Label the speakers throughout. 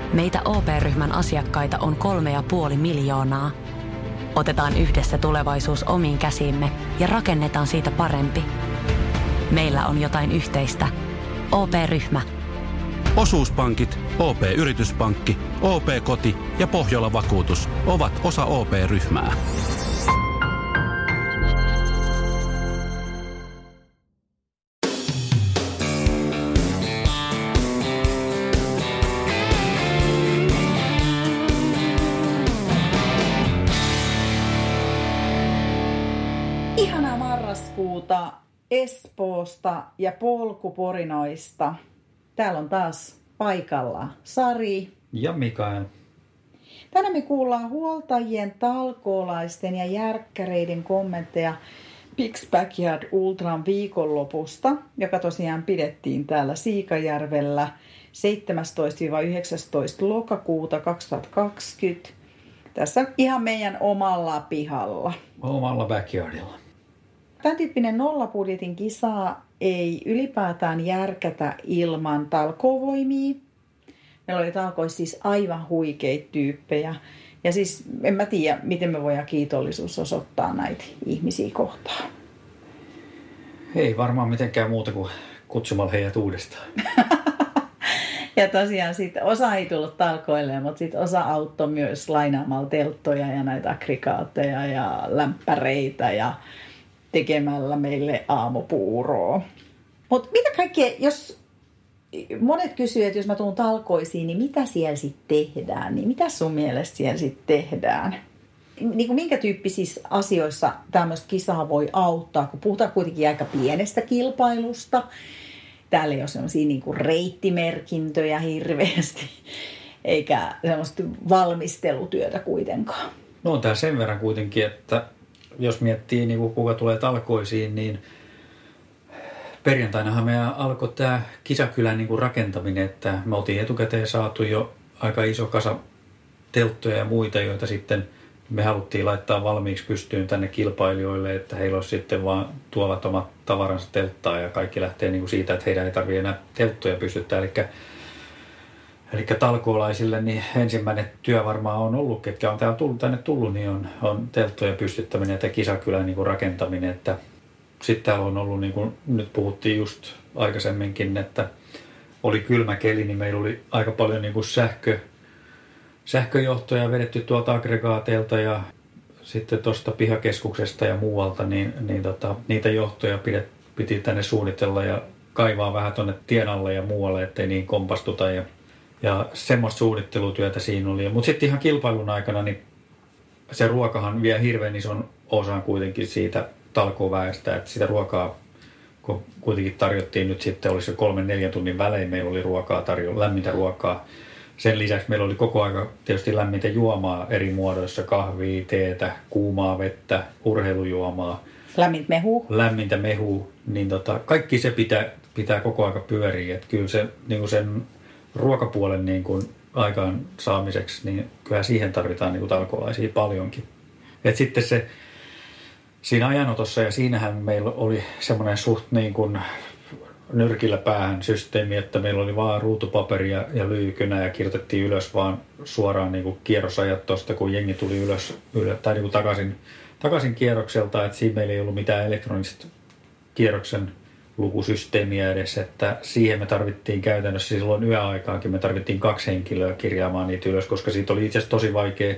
Speaker 1: Meitä OP-ryhmän asiakkaita on 3,5 miljoonaa. Otetaan yhdessä tulevaisuus omiin käsiimme ja rakennetaan siitä parempi. Meillä on jotain yhteistä. OP-ryhmä.
Speaker 2: Osuuspankit, OP-yrityspankki, OP-koti ja Pohjola-vakuutus ovat osa OP-ryhmää.
Speaker 3: Ihanaa marraskuuta Espoosta ja Polkuporinoista. Täällä on taas paikalla Sari
Speaker 4: ja Mikael.
Speaker 3: Tänään me kuullaan huoltajien, talkoolaisten ja järkkäreiden kommentteja Pix Backyard Ultran viikonlopusta, joka tosiaan pidettiin täällä Siikajärvellä 17-19 lokakuuta 2020. Tässä ihan meidän omalla pihalla.
Speaker 4: Omalla backyardilla.
Speaker 3: Tämän tyyppinen nollabudjetin kisa ei ylipäätään järkätä ilman talkoovoimia. Meillä oli talkoissa siis aivan huikeita tyyppejä. Ja siis en mä tiedä, miten me voidaan kiitollisuus osoittaa näitä ihmisiä kohtaan.
Speaker 4: Ei varmaan mitenkään muuta kuin kutsumalla heidät uudestaan.
Speaker 3: Ja tosiaan sitten osa ei tullut talkoilleen, mutta sitten osa auttoi myös lainaamalla telttoja ja näitä aggregaatteja ja lämpäreitä ja tekemällä meille aamupuuroa. Mutta mitä kaikkea, jos monet kysyvät, että jos mä tuun talkoisiin, niin mitä siellä sitten tehdään? Niin mitä sun mielestä siellä sitten tehdään? Niin kuin minkä tyyppisissä asioissa tämmöistä kisaa voi auttaa, kun puhutaan kuitenkin aika pienestä kilpailusta. Täällä ei ole sellaisia niin kuin reittimerkintöjä hirveästi, eikä semmoista valmistelutyötä kuitenkaan.
Speaker 4: No on tää sen verran kuitenkin, että jos miettii niin kuin kuka tulee talkoisiin, niin perjantainahan me alkoi tämä kisakylän niin kuin rakentaminen, että me oltiin etukäteen saatu jo aika iso kasa telttoja ja muita, joita sitten me haluttiin laittaa valmiiksi pystyyn tänne kilpailijoille, että heillä olisi sitten vaan tuovat omat tavaransa telttaa ja kaikki lähtee niin kuin siitä, että heidän ei tarvitse enää telttoja pystyttää. Eli talkoolaisille niin ensimmäinen työ varmaan on ollut, ketkä on tänne tullut, niin on telttojen pystyttäminen ja kisakylän niin kuin rakentaminen. Että sitten täällä on ollut, niin kuin nyt puhuttiin just aikaisemminkin, että oli kylmä keli, niin meillä oli aika paljon niin kuin sähköjohtoja vedetty tuolta aggregaateilta ja sitten tuosta pihakeskuksesta ja muualta, niin niitä johtoja piti tänne suunnitella ja kaivaa vähän tuonne tien alle ja muualle, ettei niin kompastuta ja semmoista suunnittelutyötä siinä oli. Mutta sitten ihan kilpailun aikana, niin se ruokahan vie hirveän ison osan kuitenkin siitä talkooväestä, että sitä ruokaa, kun kuitenkin tarjottiin nyt sitten, oli se 3-4 tunnin välein, meillä oli ruokaa tarjolla, lämmintä ruokaa. Sen lisäksi meillä oli koko ajan tietysti lämmintä juomaa eri muodoissa, kahvia, teetä, kuumaa vettä, urheilujuomaa. Lämmintä mehua. Niin kaikki se pitää koko ajan pyöriä. Että kyllä se, niin kuin sen ruokapuolen niin kuin aikaan saamiseksi, niin kyllä siihen tarvitaan niin kuin talkoolaisia paljonkin. Et sitten se siinä ajanotossa ja siinähän meillä oli semmoinen suht niin kuin nyrkillä päähän systeemi, että meillä oli vaan ruutupaperia ja lyykynä ja kirjoitettiin ylös vaan suoraan niin kuin kierrosajat tuosta, kun jengi tuli ylös tai niin kuin takaisin kierrokselta, että siinä meillä ei ollut mitään elektronista kierroksen lukusysteemiä edes, että siihen me tarvittiin käytännössä silloin yöaikaakin, me tarvittiin 2 henkilöä kirjaamaan niitä ylös, koska siitä oli itse asiassa tosi vaikea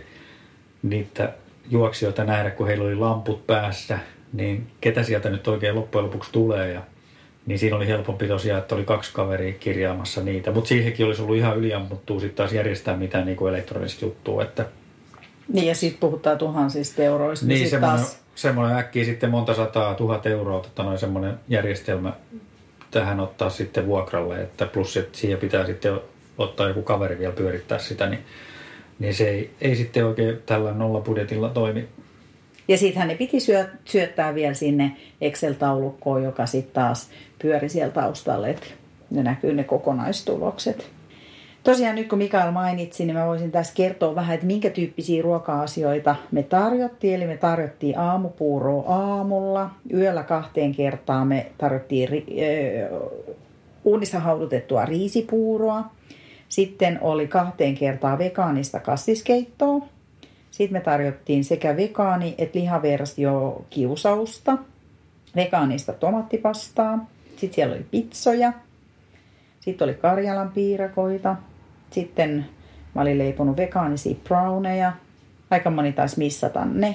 Speaker 4: niitä juoksijoita nähdä, kun heillä oli lamput päässä, niin ketä sieltä nyt oikein loppujen lopuksi tulee niin siinä oli helpompi tosiaan, että oli 2 kaveria kirjaamassa niitä. Mutta siihenkin olisi ollut ihan yliammuttua sitten taas järjestää mitään niin kuin elektronista juttua. Että
Speaker 3: niin ja sitten puhutaan tuhansista euroista.
Speaker 4: Niin semmoinen äkkiä sitten monta 100 000 euroa semmoinen järjestelmä tähän ottaa sitten vuokralle. Että plus että siihen pitää sitten ottaa joku kaveri vielä pyörittää sitä, niin se ei sitten oikein tällä nollabudjetilla toimi.
Speaker 3: Ja sittenhän ne piti syöttää vielä sinne Excel-taulukkoon, joka sitten taas pyöri siellä taustalle, että ne näkyy ne kokonaistulokset. Tosiaan nyt kun Mikael mainitsi, niin mä voisin tässä kertoa vähän, että minkä tyyppisiä ruoka-asioita me tarjottiin. Eli me tarjottiin aamupuuroa aamulla, yöllä 2 kertaa me tarjottiin uunissa haudutettua riisipuuroa. Sitten oli 2 kertaa vegaanista kasviskeittoa. Sitten me tarjottiin sekä vegaani- että lihaversio kiusausta, vegaanista tomaattipastaa. Sitten siellä oli pizzoja. Sitten oli Karjalan piirakoita. Sitten mä olin leiponut vegaanisia browneja. Aika moni taisi missata ne.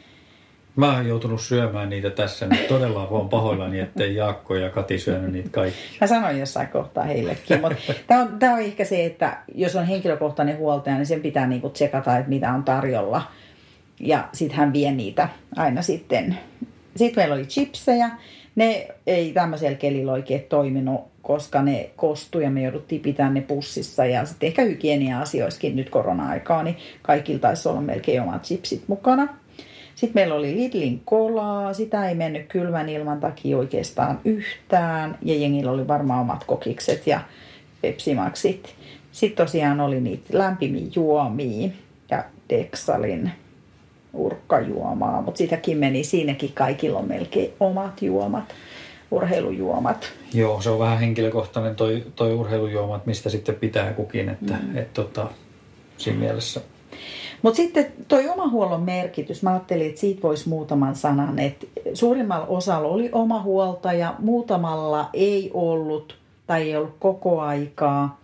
Speaker 4: Mä oon joutunut syömään niitä tässä. Nyt todella olen pahoillani, ettei Jaakko ja Kati syönyt niitä kaikki.
Speaker 3: Mä sanoin jossain kohtaa heillekin. Mutta tämä on ehkä se, että jos on henkilökohtainen huoltaja, niin sen pitää niinku tsekata, että mitä on tarjolla. Ja sitten hän vie niitä aina sitten. Sitten meillä oli chipsejä. Ne ei tämmöisellä kelillä oikein toiminut, koska ne kostui ja me jouduttiin pitämään ne pussissa. Ja sitten ehkä hygienia-asioissakin nyt korona-aikaa, niin kaikilla taisi olla melkein omat chipsit mukana. Sitten meillä oli Lidlin kolaa, sitä ei mennyt kylmän ilman takia oikeastaan yhtään. Ja jengillä oli varmaan omat kokikset ja pepsimaksit. Sitten tosiaan oli niitä lämpimiä juomia ja Dexalin urkkajuomaa. Mutta sitäkin meni, siinäkin kaikilla on melkein omat juomat, urheilujuomat.
Speaker 4: Joo, se on vähän henkilökohtainen toi urheilujuomat, mistä sitten pitää kukin, että siinä mielessä.
Speaker 3: Mutta sitten toi omahuollon merkitys, mä ajattelin, että siitä voisi muutaman sanan, että suurimmalla osalla oli oma huoltaja, muutamalla ei ollut tai ei ollut koko aikaa.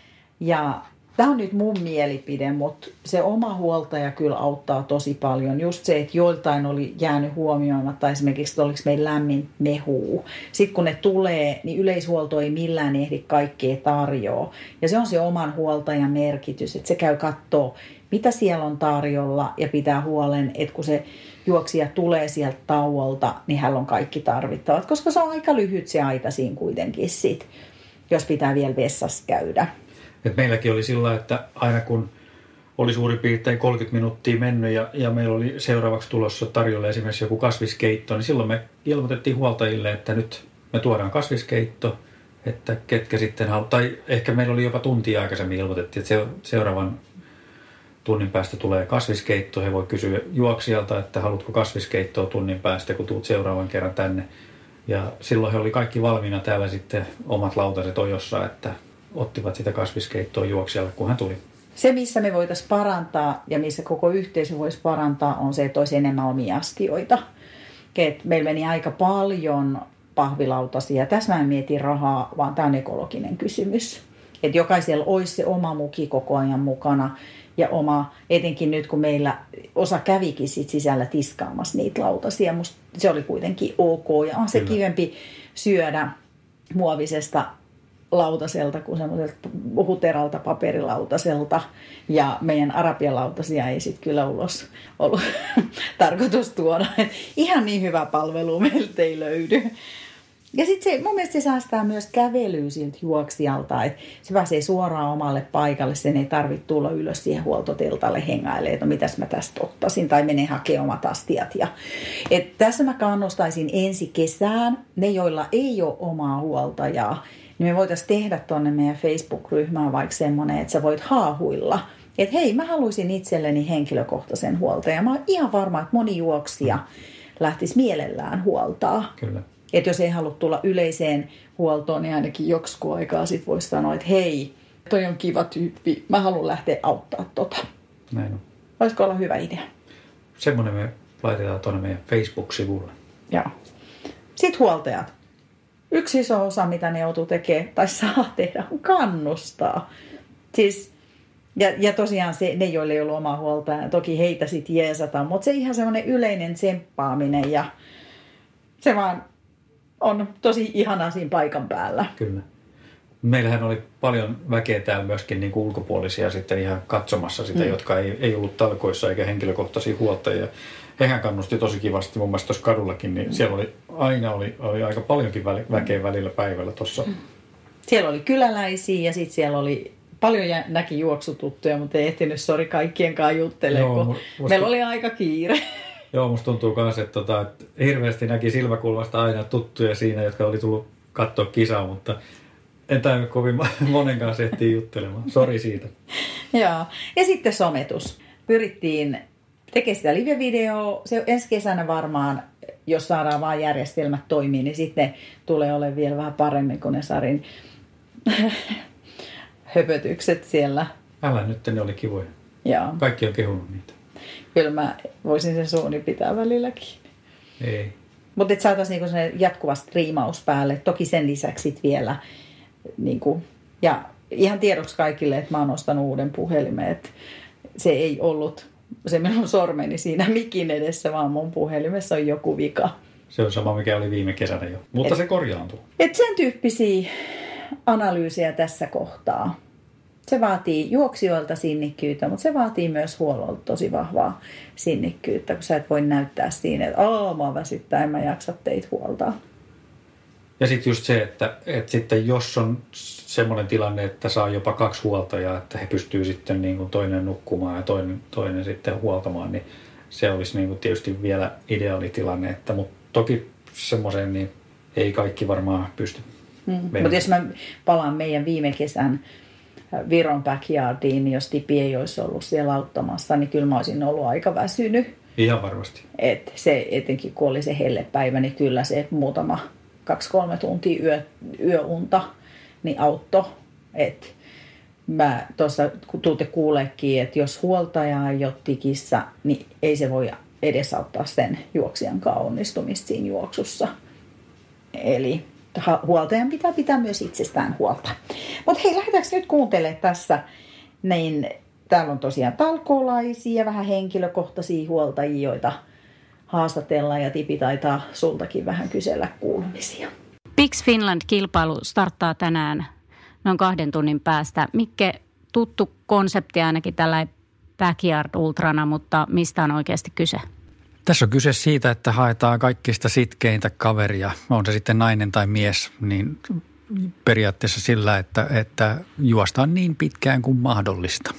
Speaker 3: Ja tämä on nyt mun mielipide, mutta se oma huoltaja kyllä auttaa tosi paljon. Just se, että joiltain oli jäänyt huomioimatta esimerkiksi, että oliko meillä lämmin mehuu. Sitten kun ne tulee, niin yleishuolto ei millään ehdi kaikkea tarjoa. Ja se on se oman huoltajan merkitys, että se käy kattoo, mitä siellä on tarjolla ja pitää huolen, että kun se juoksija tulee sieltä tauolta, niin hänellä on kaikki tarvittavat. Koska se on aika lyhyt se aika siinä kuitenkin sit, jos pitää vielä vessassa käydä.
Speaker 4: Et meilläkin oli sillä, että aina kun oli suurin piirtein 30 minuuttia mennyt ja meillä oli seuraavaksi tulossa tarjolla esimerkiksi joku kasviskeitto, niin silloin me ilmoitettiin huoltajille, että nyt me tuodaan kasviskeitto, että ketkä sitten haluaa, tai ehkä meillä oli jopa tuntia aikaisemmin ilmoitettiin, että seuraavan tunnin päästä tulee kasviskeitto. He voi kysyä juoksijalta, että haluatko kasviskeittoa tunnin päästä, kun tuut seuraavan kerran tänne. Ja silloin he oli kaikki valmiina täällä sitten omat lautaset ojossa, että ottivat sitä kasviskeittoa juoksijalle, kun hän tuli.
Speaker 3: Se, missä me voitaisiin parantaa ja missä koko yhteisö voisi parantaa, on se, että olisi enemmän omia astioita. Meillä meni aika paljon pahvilautasia. Tässä mä en mieti rahaa, vaan tämä on ekologinen kysymys. Että jokaisella olisi se oma muki koko ajan mukana. Ja oma, etenkin nyt kun meillä osa kävikin sit sisällä tiskaamassa niitä lautasia, musta se oli kuitenkin ok. Ja on se kivempi syödä muovisesta lautaselta kuin semmoiselta huteralta paperilautaselta. Ja meidän arabialautasia ei sitten kyllä ulos ollut tarkoitus tuoda. Et ihan niin hyvä palvelu meiltä ei löydy. Ja sitten mun mielestä se säästää myös kävelyä siltä juoksijalta, että se pääsee suoraan omalle paikalle, sen ei tarvitse tulla ylös siihen huoltoteltalle hengailemaan, että no mitäs mä tästä ottaisin, tai menee hakemaan omat astiat. Tässä mä kannustaisin ensi kesään, ne joilla ei ole omaa huoltajaa, niin me voitaisiin tehdä tuonne meidän Facebook-ryhmään vaikka semmoinen, että sä voit haahuilla, että hei, mä haluaisin itselleni henkilökohtaisen huoltajan. Mä oon ihan varma, että moni juoksija lähtisi mielellään huoltaa.
Speaker 4: Kyllä.
Speaker 3: Että jos ei halua tulla yleiseen huoltoon, niin ainakin joksikun aikaa sit voisi sanoa, että hei, toi on kiva tyyppi, mä haluan lähteä auttaa tota.
Speaker 4: Näin on.
Speaker 3: Voisiko olla hyvä idea?
Speaker 4: Semmoinen me laitetaan tuonne meidän Facebook-sivulle.
Speaker 3: Joo. Sitten huoltajat. Yksi iso osa, mitä ne joutuu tekemään tai saa tehdä, on kannustaa. Siis, ja tosiaan ne, joille ei ollut omaa huoltajaa, toki heitä sitten jeesataan, mutta se ihan semmoinen yleinen tsemppaaminen ja se vaan on tosi ihanaa siinä paikan päällä.
Speaker 4: Kyllä. Meillähän oli paljon väkeä täällä myöskin niin kuin ulkopuolisia sitten ihan katsomassa sitä, jotka ei ollut talkoissa eikä henkilökohtaisia huoltajia. Hehän kannusti tosi kivasti mun mielestä tuossa kadullakin, niin siellä oli aina oli aika paljonkin väkeä välillä päivällä tuossa.
Speaker 3: Siellä oli kyläläisiä ja sitten siellä oli paljon näki juoksututtuja, mutta ei ehtinyt kaikkien kanssa juttelemaan, kun meillä oli aika kiire.
Speaker 4: Joo, musta tuntuu myös, että hirveästi näki silmäkulmasta aina tuttuja siinä, jotka oli tullut katsoa kisaa, mutta en tainnut kovin monen kanssa ehtiä juttelemaan. Sori siitä.
Speaker 3: Joo, ja sitten sometus. Pyrittiin tekemään sitä live-videoa. Se ensi kesänä varmaan, jos saadaan vaan järjestelmät toimii, niin sitten ne tulee olemaan vielä vähän paremmin kuin ne Sarin höpötykset siellä.
Speaker 4: Älä nyt, ne oli kivoja.
Speaker 3: Joo.
Speaker 4: Kaikki on kehunut niitä.
Speaker 3: Kyllä mä voisin sen suuni pitää välilläkin.
Speaker 4: Ei.
Speaker 3: Mutta et saataisiin niinku jatkuva striimaus päälle. Toki sen lisäksi sit vielä. Niinku, ja ihan tiedoksi kaikille, että mä oon ostanut uuden puhelimen. Et se ei ollut se minun sormeni siinä mikin edessä, vaan mun puhelimessa on joku vika.
Speaker 4: Se on sama, mikä oli viime kesänä jo. Mutta se korjaantuu.
Speaker 3: Et sen tyyppisiä analyysejä tässä kohtaa. Se vaatii juoksijoilta sinnikkyyttä, mutta se vaatii myös huollolta tosi vahvaa sinnikkyyttä, kun sä et voi näyttää siinä, että mä väsyttää, en mä jaksa teitä huoltaa.
Speaker 4: Ja sitten just se, että sitten jos on semmoinen tilanne, että saa jopa 2 huoltajaa, että he pystyy sitten niin kuin toinen nukkumaan ja toinen sitten huoltamaan, niin se olisi niin kuin tietysti vielä ideaalitilanne. Mutta toki semmoiseen niin ei kaikki varmaan pysty.
Speaker 3: Mutta jos mä palaan meidän viime kesän Viron backyardiin, niin jos Tipi ei olisi ollut siellä auttamassa, niin kyllä mä olisin ollut aika väsynyt.
Speaker 4: Ihan varmasti.
Speaker 3: Et se, etenkin kun oli se hellepäivä, niin kyllä se muutama 2-3 tuntia yöunta niin auttoi. Et mä tuossa kun tuutte kuuleekin, että jos huoltaja ei ole tikissä, niin ei se voi edesauttaa sen juoksijankaan onnistumista siinä juoksussa. Eli huoltajan pitää myös itsestään huolta. Mutta hei, lähdetäänkö nyt kuuntelemaan tässä, niin täällä on tosiaan talkoolaisia ja vähän henkilökohtaisia huoltajia, joita haastatellaan, ja Tipi taitaa sultakin vähän kysellä kuulumisia.
Speaker 5: Pix Finland-kilpailu starttaa tänään noin 2 tunnin päästä. Mikke, tuttu konsepti ainakin tällä Backyard Ultrana, mutta mistä on oikeasti kyse?
Speaker 6: Tässä on kyse siitä, että haetaan kaikista sitkeintä kaveria, on se sitten nainen tai mies, niin periaatteessa sillä, että juostaan niin pitkään kuin mahdollista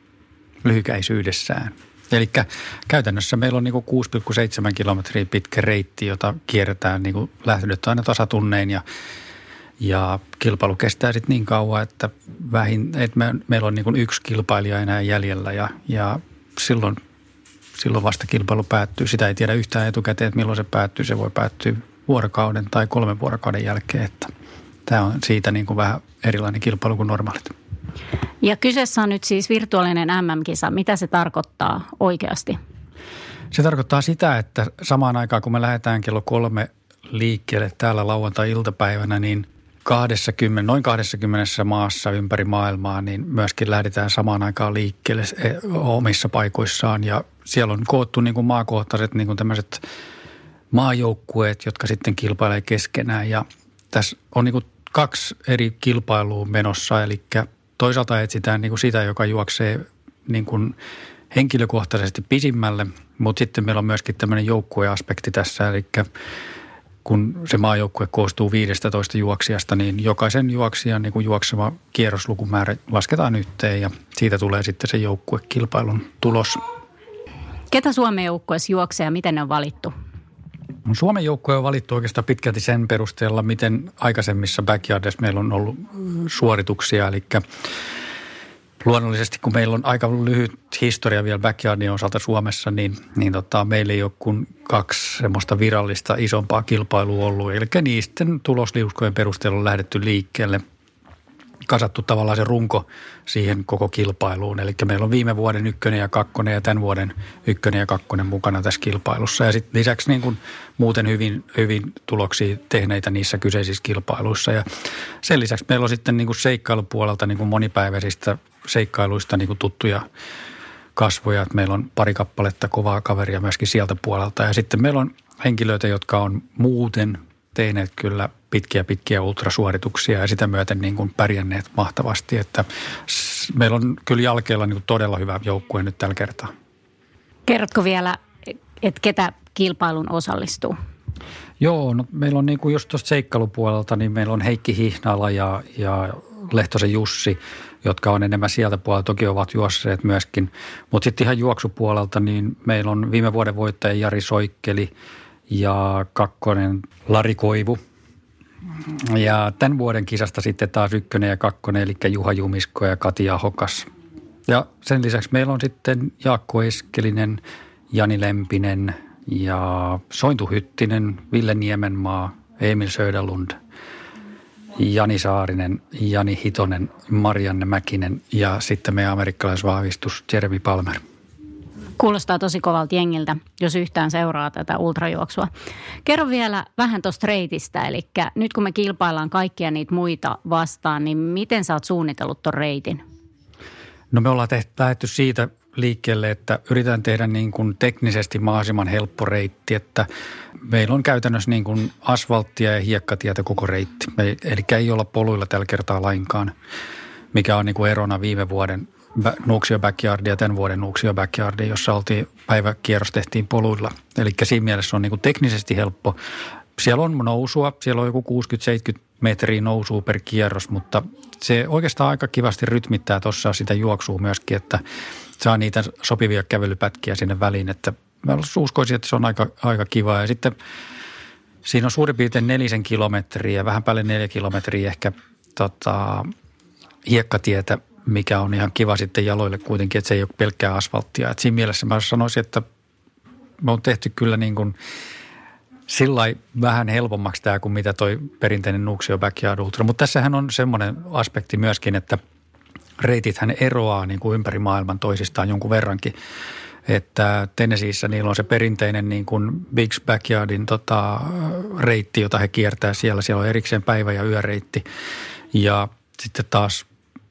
Speaker 6: lyhykäisyydessään. Eli käytännössä meillä on niinku 6,7 kilometriä pitkä reitti, jota kierretään niinku lähdöt aina tasatunnein ja kilpailu kestää sitten niin kauan, että meillä on niinku 1 kilpailija enää jäljellä ja silloin vasta kilpailu päättyy. Sitä ei tiedä yhtään etukäteen, että milloin se päättyy. Se voi päättyä vuorokauden tai 3 vuorokauden jälkeen. Että tämä on siitä niin kuin vähän erilainen kilpailu kuin normaalit.
Speaker 5: Ja kyseessä on nyt siis virtuaalinen MM-kisa. Mitä se tarkoittaa oikeasti?
Speaker 6: Se tarkoittaa sitä, että samaan aikaan kun me lähdetään kello 3 liikkeelle täällä lauantai-iltapäivänä, niin noin 20 maassa ympäri maailmaa, niin myöskin lähdetään samaan aikaan liikkeelle omissa paikoissaan. Ja siellä on koottu niin kuin maakohtaiset niin kuin tämmöiset maajoukkueet, jotka sitten kilpailee keskenään. Ja tässä on niin kuin 2 eri kilpailua menossa, eli toisaalta etsitään niin kuin sitä, joka juoksee niin kuin henkilökohtaisesti pisimmälle, mutta sitten meillä on myöskin tämmöinen joukkueaspekti tässä, eli kun se maajoukkue koostuu 15 juoksijasta, niin jokaisen juoksijan niin kuin juokseva kierroslukumäärä lasketaan yhteen ja siitä tulee sitten se joukkuekilpailun tulos.
Speaker 5: Ketä Suomen joukkueessa juoksee ja miten ne on valittu?
Speaker 6: Suomen joukkue on valittu oikeastaan pitkälti sen perusteella, miten aikaisemmissa backyardissa meillä on ollut suorituksia, eli luonnollisesti, kun meillä on aika lyhyt historia vielä backyardin osalta Suomessa, niin meillä ei ole kuin 2 semmoista virallista isompaa kilpailua ollut. Eli niisten tulosliuskojen perusteella on lähdetty liikkeelle, kasattu tavallaan se runko siihen koko kilpailuun. Eli meillä on viime vuoden 1 ja 2 ja tämän vuoden 1 ja 2 mukana tässä kilpailussa. Ja sitten lisäksi niin kuin muuten hyvin tuloksia tehneitä niissä kyseisissä kilpailuissa. Ja sen lisäksi meillä on sitten niin kuin seikkailupuolelta niin kuin monipäiväisistä seikkailuista niin kuin tuttuja kasvoja. Että meillä on 2 kappaletta kovaa kaveria myöskin sieltä puolelta. Ja sitten meillä on henkilöitä, jotka on muuten tehneet kyllä pitkiä ultrasuorituksia ja sitä myöten niin kuin pärjänneet mahtavasti. Että meillä on kyllä jalkeilla niin kuin todella hyvä joukkue nyt tällä kertaa.
Speaker 5: Kerrotko vielä, että ketä kilpailun osallistuu?
Speaker 6: Joo, no meillä on niin kuin just tuosta seikkailupuolelta, niin meillä on Heikki Hihnala ja Lehtosen Jussi, jotka on enemmän sieltä puolelta, toki ovat juosseet myöskin. Mutta sitten ihan juoksupuolelta, niin meillä on viime vuoden voittaja Jari Soikkeli ja 2 Lari Koivu. Ja tämän vuoden kisasta sitten taas 1 ja 2, eli Juha Jumisko ja Kati Ahokas. Ja sen lisäksi meillä on sitten Jaakko Eskelinen, Jani Lempinen ja Sointu Hyttinen, Ville Niemenmaa, Emil Söderlund Jani Saarinen, Jani Hitonen, Marianne Mäkinen ja sitten meidän amerikkalaisvahvistus Jeremy Palmer.
Speaker 5: Kuulostaa tosi kovalta jengiltä, jos yhtään seuraa tätä ultrajuoksua. Kerro vielä vähän tuosta reitistä, eli nyt kun me kilpaillaan kaikkia niitä muita vastaan, niin miten sä oot suunnitellut ton reitin?
Speaker 6: No me ollaan lähdetty siitä liikkeelle, että yritetään tehdä niin kuin teknisesti mahdollisimman helppo reitti, että meillä on käytännössä niin kuin asfalttia ja hiekkatietä koko reitti. Eli ei olla poluilla tällä kertaa lainkaan, mikä on niin kuin erona viime vuoden Nuuksio Backyardia ja tämän vuoden Nuuksio Backyardia, jossa päiväkierros tehtiin poluilla. Eli siinä mielessä on niin kuin teknisesti helppo. Siellä on nousua, siellä on joku 60-70 metriä nousua per kierros, mutta se oikeastaan aika kivasti rytmittää tuossa sitä juoksua myöskin, että saa niitä sopivia kävelypätkiä sinne väliin, että mä uskoisin, että se on aika kiva. Ja sitten siinä on suurin piirtein 4 kilometriä, vähän päälle 4 kilometriä ehkä hiekkatietä, mikä on ihan kiva sitten jaloille kuitenkin, että se ei ole pelkkää asfalttia. Et siinä mielessä mä sanoisin, että me on tehty kyllä niin kuin sillai vähän helpommaksi tämä kuin mitä toi perinteinen Nuuksio Backyard Ultra. Mutta tässähän on semmoinen aspekti myöskin, että reitithän eroaa niin kuin ympäri maailman toisistaan jonkun verrankin. Että Tennesseeissä niillä on se perinteinen niin kuin Big's Backyardin reitti, jota he kiertää siellä. Siellä on erikseen päivä- ja yöreitti. Ja sitten taas,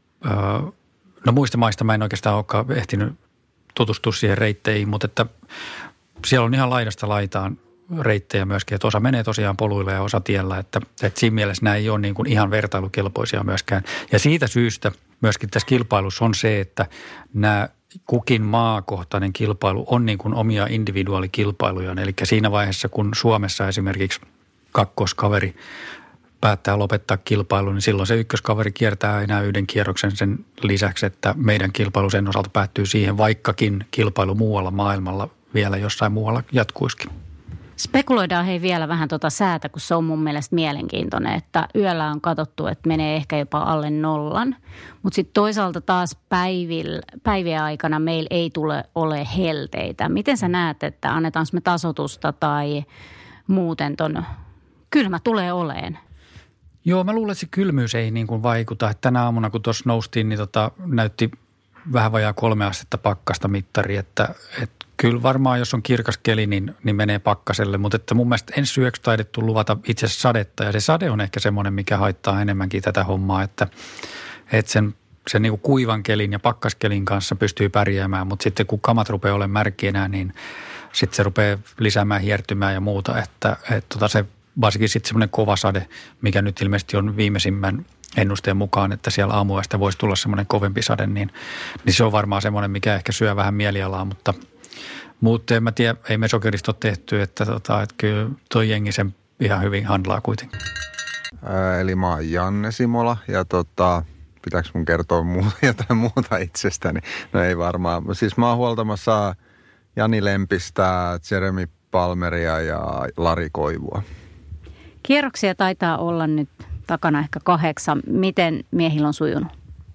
Speaker 6: no muista maista mä en oikeastaan olekaan ehtinyt tutustua siihen reitteihin, mutta että siellä on ihan laidasta laitaan reittejä myöskin, että osa menee tosiaan poluilla ja osa tiellä, että siinä mielessä nämä ei ole niin kuin ihan vertailukelpoisia myöskään. Ja siitä syystä myöskin tässä kilpailussa on se, että nämä kukin maakohtainen kilpailu on niin kuin omia individuaalikilpailujaan. Eli siinä vaiheessa, kun Suomessa esimerkiksi kakkoskaveri päättää lopettaa kilpailun, niin silloin se ykköskaveri kiertää enää yhden kierroksen sen lisäksi, että meidän kilpailu sen osalta päättyy siihen, vaikkakin kilpailu muualla maailmalla vielä jossain muualla jatkuisikin.
Speaker 5: Spekuloidaan vielä vähän säätä, kun se on mun mielestä mielenkiintoinen, että yöllä on katsottu, että menee ehkä jopa alle 0. Mutta sitten toisaalta taas päivien aikana meillä ei tule ole helteitä. Miten sä näet, että annetaanko me tasoitusta tai muuten kylmä tulee oleen?
Speaker 6: Joo, mä luulen, että se kylmyys ei niin kuin vaikuta. Että tänä aamuna, kun tuossa noustiin, niin näytti vähän vajaa 3 astetta pakkasta mittari, että kyllä varmaan, jos on kirkas keli, niin menee pakkaselle, mutta että mun mielestä ensi yöksi taidettu luvata itse asiassa sadetta, ja se sade on ehkä semmoinen, mikä haittaa enemmänkin tätä hommaa, että sen niin kuin kuivan kelin ja pakkaskelin kanssa pystyy pärjäämään, mutta sitten kun kamat rupeaa olemaan märkinä, niin sitten se rupeaa lisäämään hiertymään ja muuta, että se varsinkin sitten semmoinen kova sade, mikä nyt ilmeisesti on viimeisimmän ennusteen mukaan, että siellä aamuyöstä voisi tulla semmoinen kovempi sade, niin se on varmaan semmoinen, mikä ehkä syö vähän mielialaa, mutta en mä tiedä, ei me sokerista ole tehty, että kyllä toi jengi sen ihan hyvin handlaa kuitenkin.
Speaker 7: Eli mä oon Janne Simola ja pitääkö mun kertoa jotain muuta itsestäni? No ei varmaan. Siis mä oon huoltamassa Jani Lempistä, Jeremy Palmeria ja Lari Koivua.
Speaker 5: Kierroksia taitaa olla nyt takana ehkä 8. Miten miehillä on sujunut?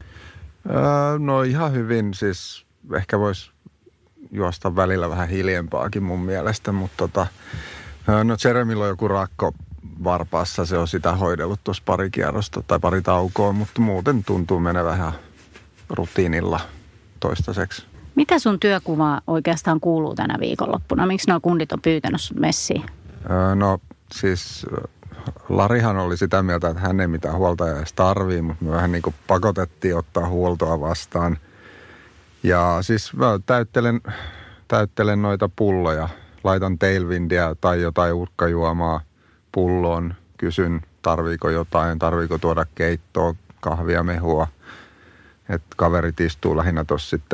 Speaker 7: No ihan hyvin. Siis ehkä voisi juosta välillä vähän hiljempaakin mun mielestä, mutta no Jeremillä on joku rakko varpaassa. Se on sitä hoidellut tuossa pari kierrosta tai pari taukoa, mutta muuten tuntuu menevän ihan rutiinilla toistaiseksi.
Speaker 5: Mitä sun työkuva oikeastaan kuuluu tänä viikonloppuna? Miksi nuo kundit on pyytänyt sut messiin?
Speaker 7: No siis Larihan oli sitä mieltä, että hän ei mitään huoltajaa edes tarvii, mutta me vähän niin kuin pakotettiin ottaa huoltoa vastaan. Ja siis mä täyttelen noita pulloja. Laitan tailwindia tai jotain urkkajuomaa pulloon. Kysyn, tarviiko jotain, tarviiko tuoda keittoa, kahvia, mehua. Että kaverit istuu lähinnä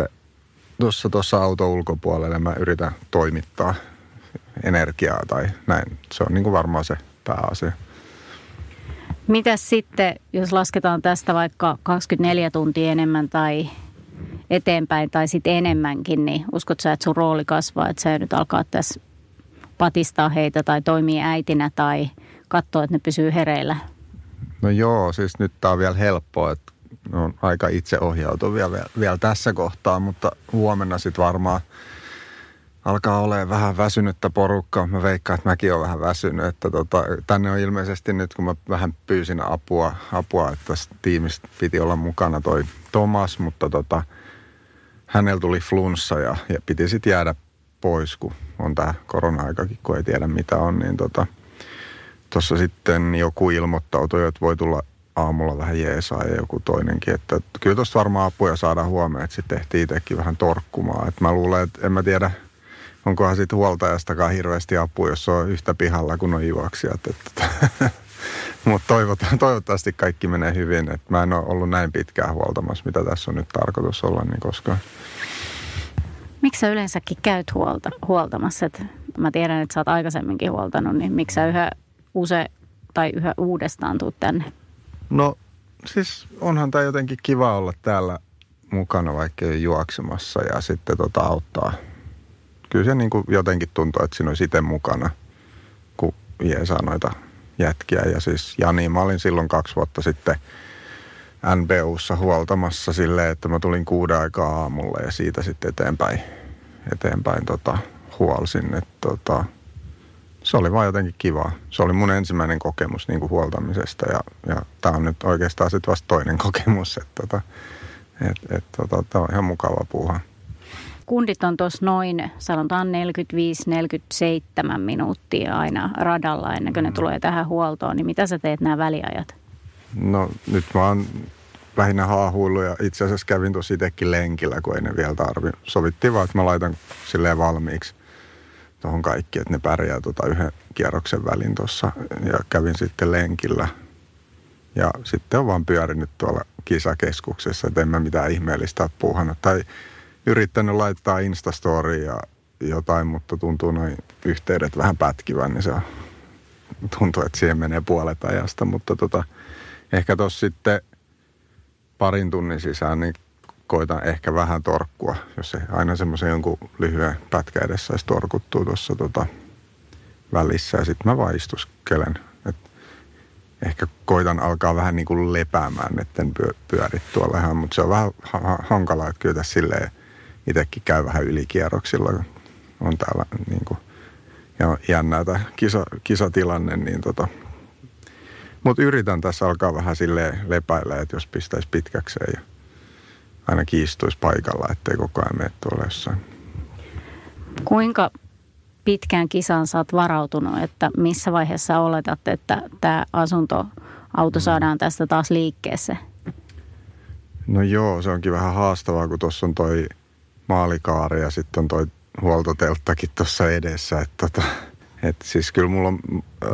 Speaker 7: tuossa auton ulkopuolella. Mä yritän toimittaa energiaa tai näin. Se on niin kuin varmaan se pääasia.
Speaker 5: Mitäs sitten, jos lasketaan tästä vaikka 24 tuntia enemmän tai eteenpäin tai sitten enemmänkin, niin uskot sä, että sun rooli kasvaa, että sä nyt alkaa tässä patistaa heitä tai toimii äitinä tai katsoa, että ne pysyy hereillä?
Speaker 7: No joo, siis nyt tää on vielä helppoa, että on aika itseohjautuvia vielä tässä kohtaa, mutta huomenna sitten varmaan alkaa olemaan vähän väsynyttä porukkaa. Mä veikkaan, että mäkin olen vähän väsynyt. Että tänne on ilmeisesti nyt, kun mä vähän pyysin apua että tässä tiimissä piti olla mukana toi Thomas, mutta hänellä tuli flunssa ja piti sitten jäädä pois, kun on tämä korona-aikakin, kun ei tiedä mitä on. Niin tuossa sitten joku ilmoittautui, että voi tulla aamulla vähän jeesaa ja joku toinenkin. Että kyllä tuosta varmaan apuja saadaan huomioon, että sitten tehtiin itsekin vähän torkkumaan. Että mä luulen, että en mä tiedä, onkohan sitten huoltajastakaan hirveästi apua, jos on yhtä pihalla, kun on juoksijat. Mutta toivottavasti kaikki menee hyvin. Et mä en ole ollut näin pitkään huoltamassa, mitä tässä on nyt tarkoitus olla niin koskaan.
Speaker 5: Miksi sä yleensäkin käyt huoltamassa? Et mä tiedän, että sä oot aikaisemminkin huoltanut, niin miksi sä yhä uudestaan tuut tänne? No
Speaker 7: siis onhan tää jotenkin kiva olla täällä mukana, vaikka ei juoksemassa ja sitten auttaa. Kyllä se niin kuin jotenkin tuntuu, että siinä olisi itse mukana, kun jeesaa noita jätkiä. Ja siis Jani, mä olin silloin 2 vuotta sitten NBU:ssa huoltamassa silleen, että mä tulin 6 aikaa aamulla ja siitä sitten eteenpäin huolsin. Että se oli vaan jotenkin kivaa. Se oli mun ensimmäinen kokemus niin kuin huoltamisesta ja tää on nyt oikeastaan sitten vasta toinen kokemus. Että tää on ihan mukava puuha.
Speaker 5: Kundit on tuossa noin, sanotaan 45-47 minuuttia aina radalla ennen kuin ne tulee tähän huoltoon. Niin mitä sä teet nämä väliajat? No
Speaker 7: nyt mä oon lähinnä haahuillut ja itse asiassa kävin tuossa itsekin lenkillä, kun ei ne vielä tarvi. Sovittiin vaan, että mä laitan silleen valmiiksi tuohon kaikki, että ne pärjää yhden kierroksen välin tuossa. Ja kävin sitten lenkillä ja sitten on vaan pyörinyt tuolla kisakeskuksessa, että en mä mitään ihmeellistä ole puuhannut. Tai yrittänyt laittaa Instastoriin ja jotain, mutta tuntuu noin yhteydet vähän pätkivän, niin se tuntuu, että siihen menee puolet ajasta. Mutta ehkä tuossa sitten parin tunnin sisään, niin koitan ehkä vähän torkkua, jos se aina semmoisen jonkun lyhyen pätkä edessä saisi torkuttua tuossa välissä. Ja sitten mä vaan istuskelen. Ehkä koitan alkaa vähän niin kuin lepäämään, etten pyöri tuolla ihan, mutta se on vähän hankalaa, että kyllä tässä silleen itsekin käy vähän ylikierroksilla, kun on täällä niin kuin, ja jännää tämä kisatilanne, niin mutta yritän tässä alkaa vähän silleen lepäillä, että jos pistäisi pitkäkseen ja aina kiistuisi paikalla, ettei koko ajan mene tuolla jossain.
Speaker 5: Kuinka pitkään kisaan sä oot varautunut, että missä vaiheessa oletat, että tämä auto saadaan tästä taas liikkeeseen? No
Speaker 7: joo, se onkin vähän haastavaa, kun tuossa on toi maalikaari ja sitten on toi huoltotelttakin tuossa edessä. Että siis kyllä mulla on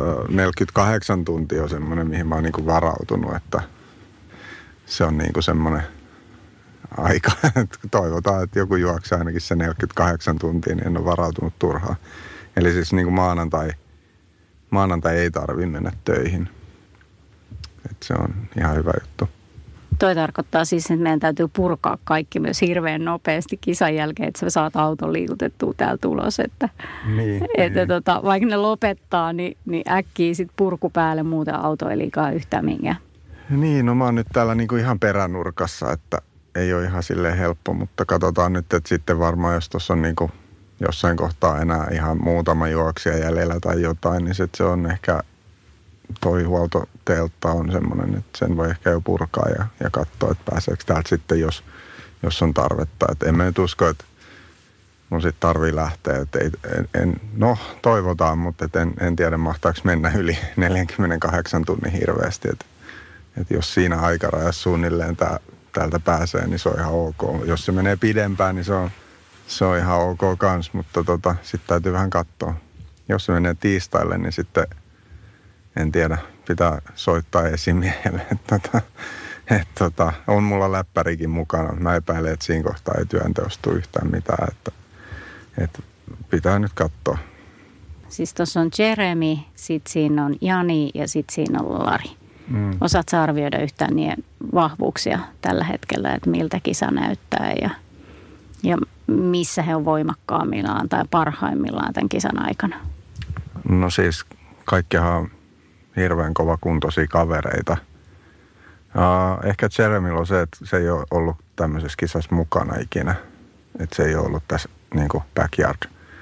Speaker 7: 48 tuntia on semmoinen, mihin mä oon niinku varautunut, että se on niinku semmoinen aika. Toivotaan, että joku juoksee ainakin se 48 tuntia, niin en ole varautunut turhaan. Eli siis niinku maanantai ei tarvitse mennä töihin. Et se on ihan hyvä juttu.
Speaker 5: Toi tarkoittaa siis, että meidän täytyy purkaa kaikki myös hirveän nopeasti kisan jälkeen, että sä saat auton liikutettua täällä ulos. Että vaikka ne lopettaa, niin äkkiä sit purku päälle, muuten auto ei liikaa yhtään minkään.
Speaker 7: Niin, no mä oon nyt täällä niinku ihan peränurkassa, että ei ole ihan silleen helppo, mutta katsotaan nyt, että sitten varmaan jos tuossa on niinku jossain kohtaa enää ihan muutama juoksija jäljellä tai jotain, niin se on ehkä toi huoltoteltta on semmoinen, että sen voi ehkä jo purkaa ja katsoa, että pääseekö täältä sitten, jos on tarvetta. Et en mä nyt usko, että mun sitten tarvii lähteä. No, toivotaan, mutta en tiedä, mahtaako mennä yli 48 tunnin hirveästi. Et jos siinä aikarajassa suunnilleen täältä pääsee, niin se on ihan ok. Jos se menee pidempään, niin se on ihan ok kans, mutta sitten täytyy vähän katsoa. Jos se menee tiistaille, niin sitten en tiedä, pitää soittaa esimiehelle. On mulla läppärikin mukana. Mä epäilen, että siinä kohtaa ei työnteostu yhtään mitään. Että pitää nyt katsoa.
Speaker 5: Siis tuossa on Jeremy, sitten siinä on Jani ja sitten siinä on Lari. Osaat sä arvioida yhtään niiden vahvuuksia tällä hetkellä, että miltä kisa näyttää ja missä he on voimakkaammillaan tai parhaimmillaan tämän kisan aikana?
Speaker 7: No siis kaikkihan on hirveän kovakuntoisia kavereita. Ehkä Jeremyllä on se, että se ei ole ollut tämmöisessä kisassa mukana ikinä. Että se ei ole ollut tässä niin kuin backyard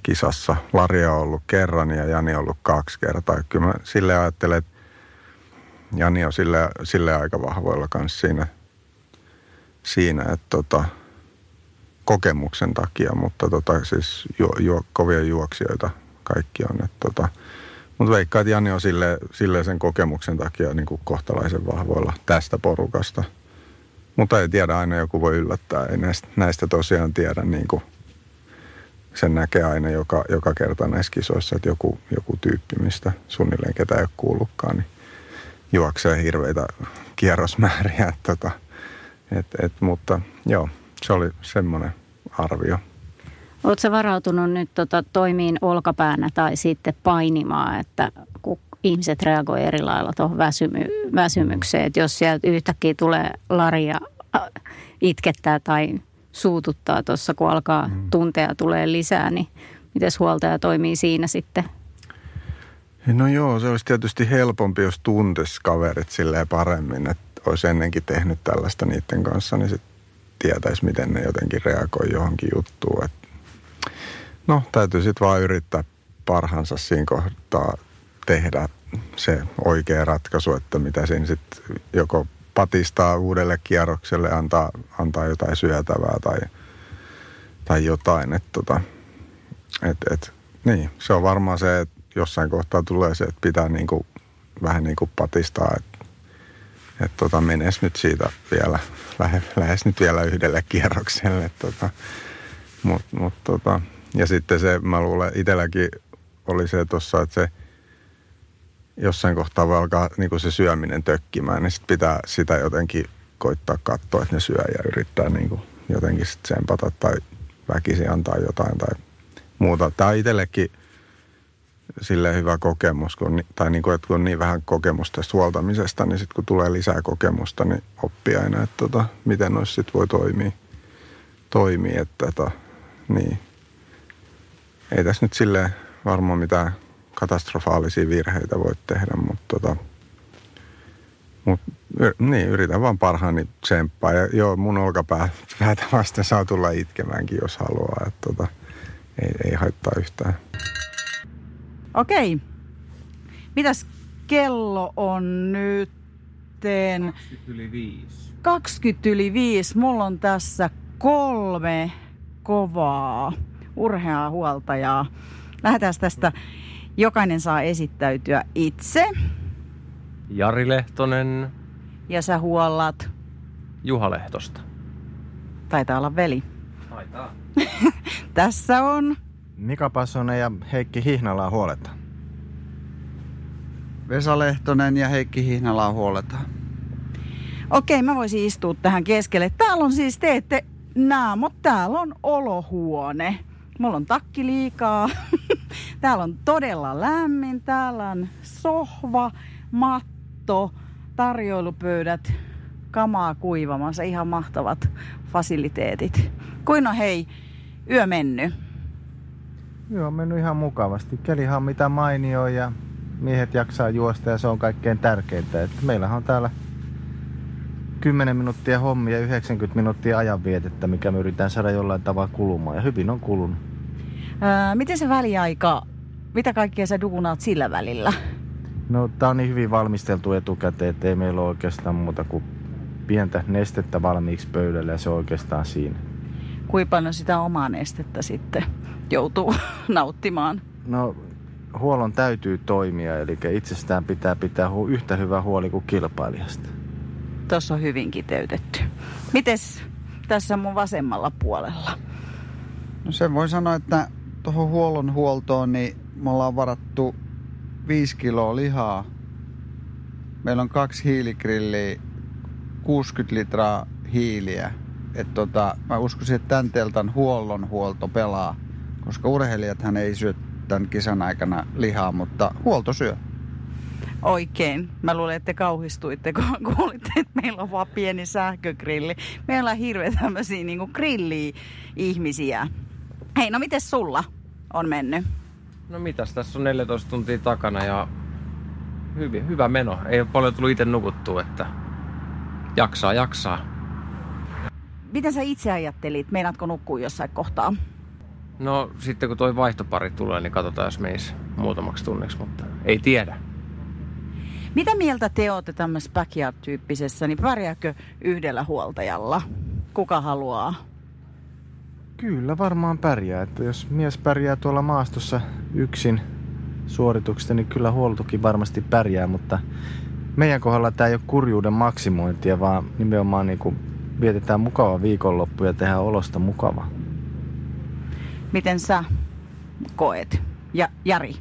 Speaker 7: kisassa. Laria on ollut kerran ja Jani on ollut 2 kertaa. Kyllä mä silleen ajattelen, että Jani on sille aika vahvoilla kanssa siinä että kokemuksen takia, mutta siis kovia juoksijoita kaikki on. Mutta veikkaan, että Jani on silleen sen kokemuksen takia niin kuin kohtalaisen vahvoilla tästä porukasta. Mutta ei tiedä, aina joku voi yllättää. Ei näistä tosiaan tiedä, niin kuin sen näkee aina joka kerta näissä kisoissa, että joku tyyppi, mistä suunnilleen ketä ei ole kuullutkaan, niin juoksee hirveitä kierrosmääriä. Mutta joo, se oli semmoinen arvio.
Speaker 5: Oletko varautunut nyt toimiin olkapäänä tai sitten painimaan, että kun ihmiset reagoi eri lailla tuohon väsymykseen, että jos sieltä yhtäkkiä tulee Laria itkettää tai suututtaa tuossa, kun alkaa tunteja tulee lisää, niin miten huoltaja toimii siinä sitten?
Speaker 7: No joo, se olisi tietysti helpompi, jos tuntisi kaverit silleen paremmin, että olisi ennenkin tehnyt tällaista niiden kanssa, niin sitten tietäisi, miten ne jotenkin reagoi johonkin juttuun. No, täytyy sitten vaan yrittää parhaansa siinä kohtaa tehdä se oikea ratkaisu, että mitä siinä sitten joko patistaa uudelle kierrokselle, antaa jotain syötävää tai jotain. Niin, se on varmaan se, että jossain kohtaa tulee se, että pitää niinku, vähän niin kuin patistaa, että menes nyt siitä vielä, lähes nyt vielä yhdelle kierrokselle. Ja sitten se, mä luulen, itselläkin oli se tuossa, että se jossain kohtaa voi alkaa niin kuin se syöminen tökkimään, niin sitten pitää sitä jotenkin koittaa katsoa, että ne syö ja yrittää niin kuin jotenkin sitten tsempata tai väkisin antaa jotain tai muuta. Tämä on itsellekin silleen hyvä kokemus, että kun on niin vähän kokemusta tästä huoltamisesta, niin sitten kun tulee lisää kokemusta, niin oppii aina, että miten noissa sitten voi toimia, että niin. Ei tässä nyt silleen varmaan mitään katastrofaalisia virheitä voi tehdä, mutta niin, yritän vaan parhaani tsemppaa. Ja joo, mun olkapäätä vasten saa tulla itkemäänkin, jos haluaa, että ei haittaa yhtään.
Speaker 3: Okei. Mitäs kello on nyt? 20:05. Mulla on tässä 3 kovaa urheaa huoltajaa. Lähdetään tästä. Jokainen saa esittäytyä itse.
Speaker 8: Jari Lehtonen.
Speaker 3: Ja sä huollat?
Speaker 8: Juha Lehtosta.
Speaker 3: Taitaa olla veli.
Speaker 8: Taitaa.
Speaker 3: Tässä on
Speaker 9: Mika Passonen ja Heikki Hihnalaa huoletaan.
Speaker 10: Vesa Lehtonen ja Heikki Hihnalaa huoletaan.
Speaker 3: Okei, mä voisin istua tähän keskelle. Täällä on siis, te ette näe, mutta täällä on olohuone. Mulla on takki liikaa. Täällä on todella lämmin. Täällä on sohva, matto, tarjoilupöydät, kamaa kuivamassa. Ihan mahtavat fasiliteetit. Kuin on hei yö mennyt?
Speaker 9: Yö on mennyt ihan mukavasti. Kelihan on mitä mainio ja miehet jaksaa juosta ja se on kaikkein tärkeintä. Että meillähän on täällä 10 minuuttia hommia ja 90 minuuttia ajanvietettä, mikä me yritetään saada jollain tavalla kulumaan. Ja hyvin on kulunut.
Speaker 3: Miten se väliaika, mitä kaikkea sä duunaat sillä välillä?
Speaker 9: No tää on niin hyvin valmisteltu etukäteen, että ei meillä ole oikeastaan muuta kuin pientä nestettä valmiiksi pöydälle ja se on oikeastaan siinä.
Speaker 3: Kuinka paljon sitä omaa nestettä sitten joutuu nauttimaan?
Speaker 9: No huollon täytyy toimia, eli itsestään pitää yhtä hyvä huoli kuin kilpailijasta.
Speaker 3: Tuossa on hyvin kiteytetty. Mites tässä mun vasemmalla puolella?
Speaker 10: No sen voi sanoa, että tuohon huollon huoltoon niin me ollaan varattu 5 kiloa lihaa. Meillä on 2 hiiligrilliä, 60 litraa hiiliä. Mä uskoisin, että tämän teltan huollon huolto pelaa, koska urheilijathan ei syö tämän kisan aikana lihaa, mutta huolto syö.
Speaker 3: Oikein. Mä luulen, että te kauhistuitte, kun kuulitte, että meillä on vaan pieni sähkögrilli. Meillä on hirveä tämmöisiä niin kuin grilli-ihmisiä. Hei, no mites sulla on mennyt?
Speaker 8: No mitäs, tässä on 14 tuntia takana ja hyvä meno. Ei ole paljon tullut itse nukuttua, että jaksaa.
Speaker 3: Miten sä itse ajattelit? Meinaatko nukkua jossain kohtaa?
Speaker 8: No sitten kun toi vaihtopari tulee, niin katsotaan, jos menisi muutamaksi tunniksi, mutta ei tiedä.
Speaker 3: Mitä mieltä te olette tämmöisessä backyard-tyyppisessä, niin pärjääkö yhdellä huoltajalla? Kuka haluaa?
Speaker 9: Kyllä varmaan pärjää. Että jos mies pärjää tuolla maastossa yksin suorituksesta, niin kyllä huoltokin varmasti pärjää, mutta meidän kohdalla tämä ei ole kurjuuden maksimointia, vaan nimenomaan niin kuin vietetään mukava viikonloppu ja tehdään olosta mukava.
Speaker 3: Miten sä koet? Ja Jari,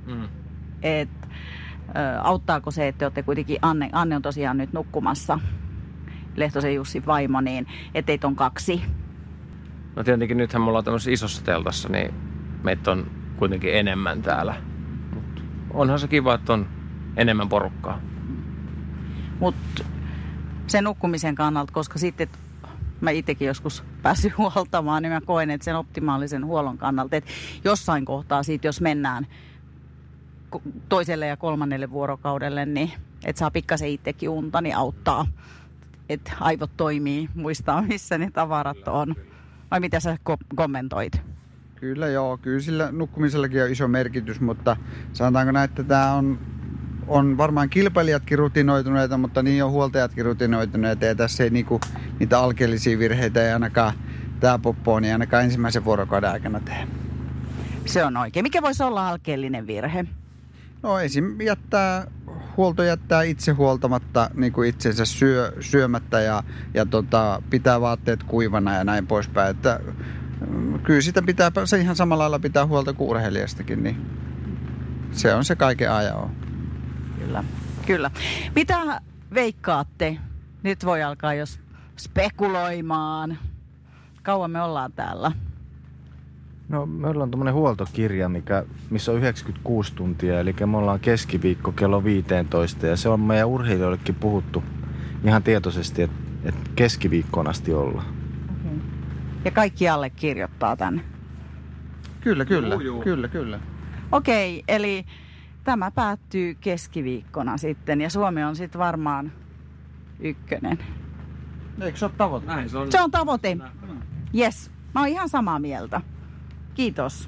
Speaker 3: auttaako se, että te olette kuitenkin, Anne on tosiaan nyt nukkumassa, Lehtosen Jussin vaimo, niin ettei on 2?
Speaker 8: No tietenkin nythän me ollaan tämmöisessä isossa teltassa, niin meitä on kuitenkin enemmän täällä. Mut onhan se kiva, että on enemmän porukkaa.
Speaker 3: Mutta sen nukkumisen kannalta, koska sitten mä itsekin joskus päässyt huoltamaan, niin mä koen, että sen optimaalisen huollon kannalta, että jossain kohtaa siitä, jos mennään toiselle ja 3. vuorokaudelle, niin että saa pikkasen itsekin unta, niin auttaa, että aivot toimii, muistaa missä ne tavarat on. Vai mitä sä kommentoit?
Speaker 10: Kyllä joo, kyllä sillä nukkumisellakin on iso merkitys, mutta sanotaanko näin, että tämä on varmaan kilpailijatkin rutinoituneita, mutta niin on huoltajatkin rutinoituneita ja tässä ei niitä alkeellisia virheitä ei ainakaan tämä poppo niin ainakaan ensimmäisen vuorokauden aikana tee.
Speaker 3: Se on oikein. Mikä voisi olla alkeellinen virhe?
Speaker 10: No esim. Huolto jättää itse huoltamatta niin kuin itsensä syömättä ja pitää vaatteet kuivana ja näin poispäin. Että, kyllä sitä pitää se ihan samalla lailla pitää huolta kuin urheilijastakin, niin se on se kaiken A ja O.
Speaker 3: Kyllä. Mitä veikkaatte? Nyt voi alkaa jos spekuloimaan. Kauan me ollaan täällä?
Speaker 9: No meillä on tommonen huoltokirja, missä on 96 tuntia, eli me ollaan keskiviikko kello 15 ja se on meidän urheilijoillekin puhuttu ihan tietoisesti, että keskiviikkoon asti ollaan.
Speaker 3: Okay. Ja kaikki allekirjoittaa tänne?
Speaker 10: Kyllä. Kyllä.
Speaker 3: Okei, eli tämä päättyy keskiviikkona sitten ja Suomi on sitten varmaan 1.
Speaker 10: Eikö se ole tavoite?
Speaker 8: Näin se on.
Speaker 3: Se on tavoite. Yes, mä oon ihan samaa mieltä. Kiitos.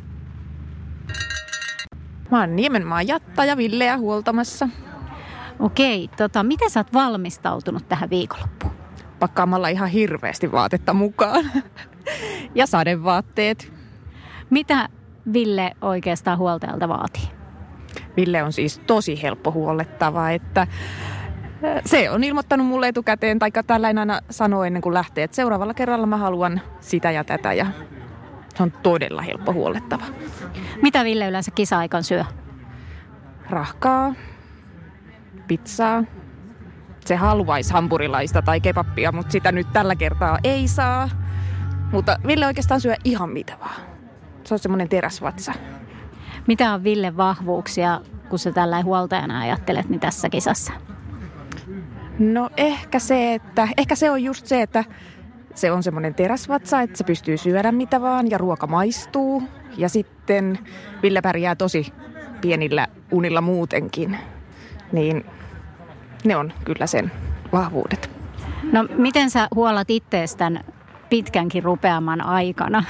Speaker 11: Mä oon Niemenmaan Jatta ja Villeä huoltamassa.
Speaker 5: Okei, miten sä oot valmistautunut tähän viikonloppuun?
Speaker 11: Pakkaamalla ihan hirveästi vaatetta mukaan. Ja sadevaatteet.
Speaker 5: Mitä Ville oikeastaan huoltajalta vaatii?
Speaker 11: Ville on siis tosi helppo huollettava, että se on ilmoittanut mulle etukäteen, tai tällainen aina sanoo ennen kuin lähtee, että seuraavalla kerralla mä haluan sitä ja tätä, ja se on todella helppo huollettava.
Speaker 5: Mitä Ville yleensä kisa-aikaan syö?
Speaker 11: Rahkaa, pizzaa. Se haluaisi hampurilaista tai kebappia, mutta sitä nyt tällä kertaa ei saa. Mutta Ville oikeastaan syö ihan mitä vaan. Se on semmoinen teräsvatsa.
Speaker 5: Mitä on Ville vahvuuksia, kun sä tällainen huoltajana ajattelet, niin tässä kisassa?
Speaker 11: No ehkä se on just se, että se on semmoinen teräsvatsa, että se pystyy syödä mitä vaan ja ruoka maistuu. Ja sitten Ville pärjää tosi pienillä unilla muutenkin. Niin ne on kyllä sen vahvuudet.
Speaker 5: No miten sä huolat ittees tämän pitkänkin rupeaman aikana?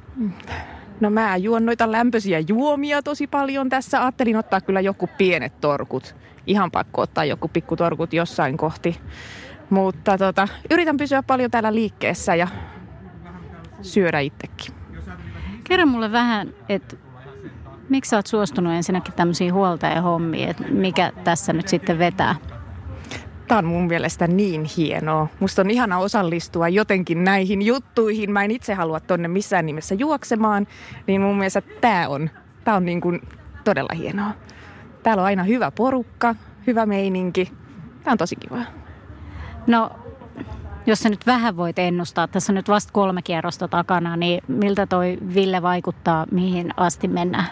Speaker 11: No mä juon noita lämpöisiä juomia tosi paljon tässä. Ajattelin ottaa kyllä joku pienet torkut. Ihan pakko ottaa joku pikkutorkut jossain kohti. Mutta yritän pysyä paljon täällä liikkeessä ja syödä itsekin.
Speaker 5: Kerro mulle vähän, että miksi sä oot suostunut ensinnäkin tämmöisiin huoltajahommiin, että mikä tässä nyt sitten vetää?
Speaker 11: Tää on mun mielestä niin hienoa. Musta on ihana osallistua jotenkin näihin juttuihin. Mä en itse halua tonne missään nimessä juoksemaan, niin mun mielestä tää on niin kuin todella hienoa. Täällä on aina hyvä porukka, hyvä meininki. Tää on tosi kivaa.
Speaker 5: No, jos sä nyt vähän voit ennustaa, tässä on nyt vasta 3 kierrosta takana, niin miltä toi Ville vaikuttaa, mihin asti mennään?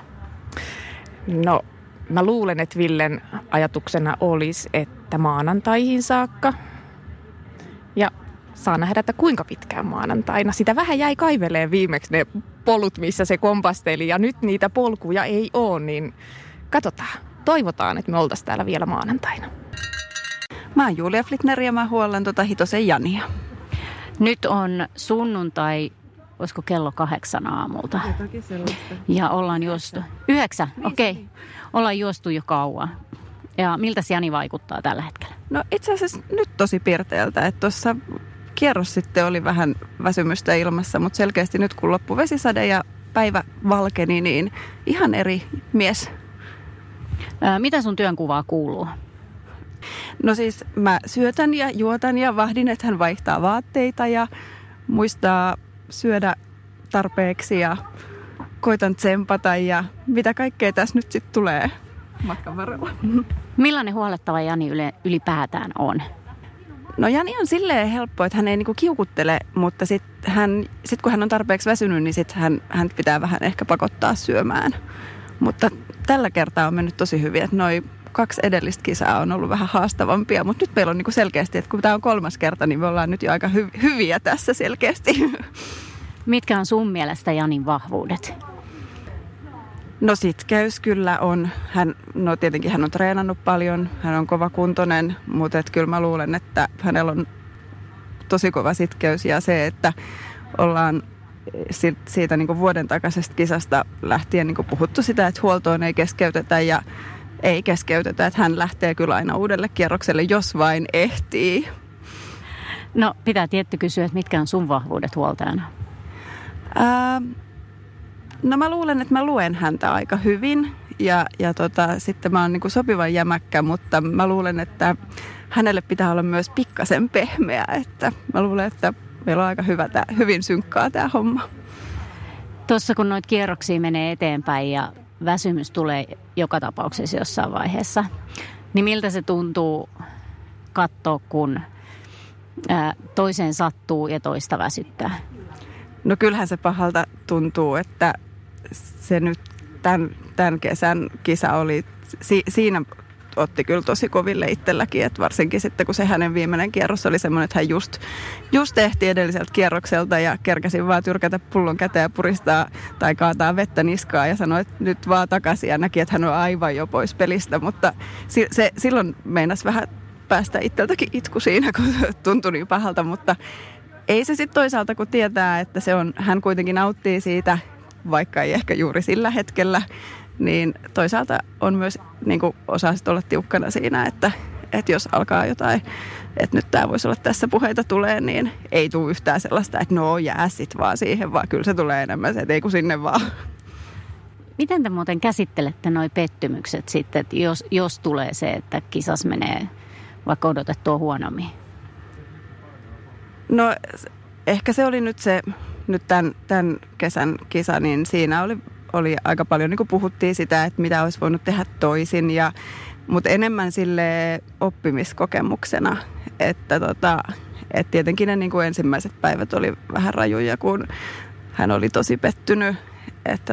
Speaker 11: No, mä luulen, että Villen ajatuksena olisi, että maanantaihin saakka. Ja saa nähdä, että kuinka pitkään maanantaina. Sitä vähän jäi kaiveleen viimeksi ne polut, missä se kompasteli, ja nyt niitä polkuja ei ole, niin katsotaan. Toivotaan, että me oltaisiin täällä vielä maanantaina.
Speaker 12: Mä oon Julia Flitner ja mä huollan Hitosen Jania.
Speaker 5: Nyt on sunnuntai olisiko kello 8 aamulta.
Speaker 12: Jotakin sellaista.
Speaker 5: Ja ollaan juostu. 9, okei. Okay. Ollaan juostu jo kauan. Ja miltä Jani vaikuttaa tällä hetkellä?
Speaker 12: No itse asiassa nyt tosi pirteältä, että tuossa kierros sitten oli vähän väsymystä ilmassa, mutta selkeästi nyt kun loppui vesisade ja päivä valkeni, niin ihan eri mies.
Speaker 5: Mitä sun työnkuvaa kuuluu?
Speaker 12: No siis mä syötän ja juotan ja vahdin, että hän vaihtaa vaatteita ja muistaa syödä tarpeeksi ja koitan tsempata ja mitä kaikkea tässä nyt sitten tulee matkan varrella.
Speaker 5: Millainen huolettava Jani ylipäätään on?
Speaker 12: No Jani on silleen helppo, että hän ei niinku kiukuttele, mutta sitten kun hän on tarpeeksi väsynyt, niin sitten hän pitää vähän ehkä pakottaa syömään. Mutta tällä kertaa on mennyt tosi hyvin, että noi 2 edellistä kisaa on ollut vähän haastavampia, mutta nyt meillä on niinku selkeästi, että kun tämä on 3. kerta, niin me ollaan nyt jo aika hyviä tässä selkeästi.
Speaker 5: Mitkä on sun mielestä Janin vahvuudet?
Speaker 12: No sitkeys kyllä on. Tietenkin hän on treenannut paljon, hän on kovakuntoinen, mutta kyllä mä luulen, että hänellä on tosi kova sitkeys ja se, että ollaan siitä niin kuin vuoden takaisesta kisasta lähtien niin kuin puhuttu sitä, että huoltoon ei keskeytetä ja ei keskeytetä, että hän lähtee kyllä aina uudelle kierrokselle, jos vain ehtii.
Speaker 5: No pitää tietty kysyä, että mitkä on sun vahvuudet huoltajana?
Speaker 12: No mä luulen, että mä luen häntä aika hyvin ja sitten mä oon niin kuin sopivan jämäkkä, mutta mä luulen, että hänelle pitää olla myös pikkasen pehmeä, että mä luulen, että meillä on aika hyvin synkkaa tämä homma.
Speaker 5: Tuossa kun noita kierroksia menee eteenpäin ja väsymys tulee joka tapauksessa jossain vaiheessa, niin miltä se tuntuu katsoa, kun toiseen sattuu ja toista väsyttää? No
Speaker 12: kyllähän se pahalta tuntuu, että se nyt tämän kesän kisa oli, siinä otti kyllä tosi koville itselläkin, että varsinkin sitten kun se hänen viimeinen kierros oli semmoinen, että hän just ehti edelliseltä kierrokselta ja kerkäsin vaan tyrkätä pullon käteen ja puristaa tai kaataa vettä niskaa ja sanoi, että nyt vaan takaisin ja näki, että hän on aivan jo pois pelistä, mutta silloin meinasi vähän päästä itseltäkin itku siinä, kun tuntui niin pahalta, mutta ei se sitten toisaalta, kun tietää, että hän kuitenkin nauttii siitä, vaikka ei ehkä juuri sillä hetkellä, niin toisaalta on myös niin kuin osaa sitten olla tiukkana siinä, että jos alkaa jotain, että nyt tämä voisi olla tässä puheita tulee, niin ei tule yhtään sellaista, että no jää sit vaan siihen, vaan kyllä se tulee enemmän se, että ei kun sinne vaan.
Speaker 5: Miten te muuten käsittelette noi pettymykset sitten, että jos tulee se, että kisas menee vaikka odotettua huonommin?
Speaker 12: No ehkä se oli nyt tämän kesän kisa, niin siinä oli aika paljon, niin kuin puhuttiin sitä, että mitä olisi voinut tehdä toisin, mutta enemmän sille oppimiskokemuksena, että tietenkin ne niin kuin ensimmäiset päivät oli vähän rajuja, kun hän oli tosi pettynyt, että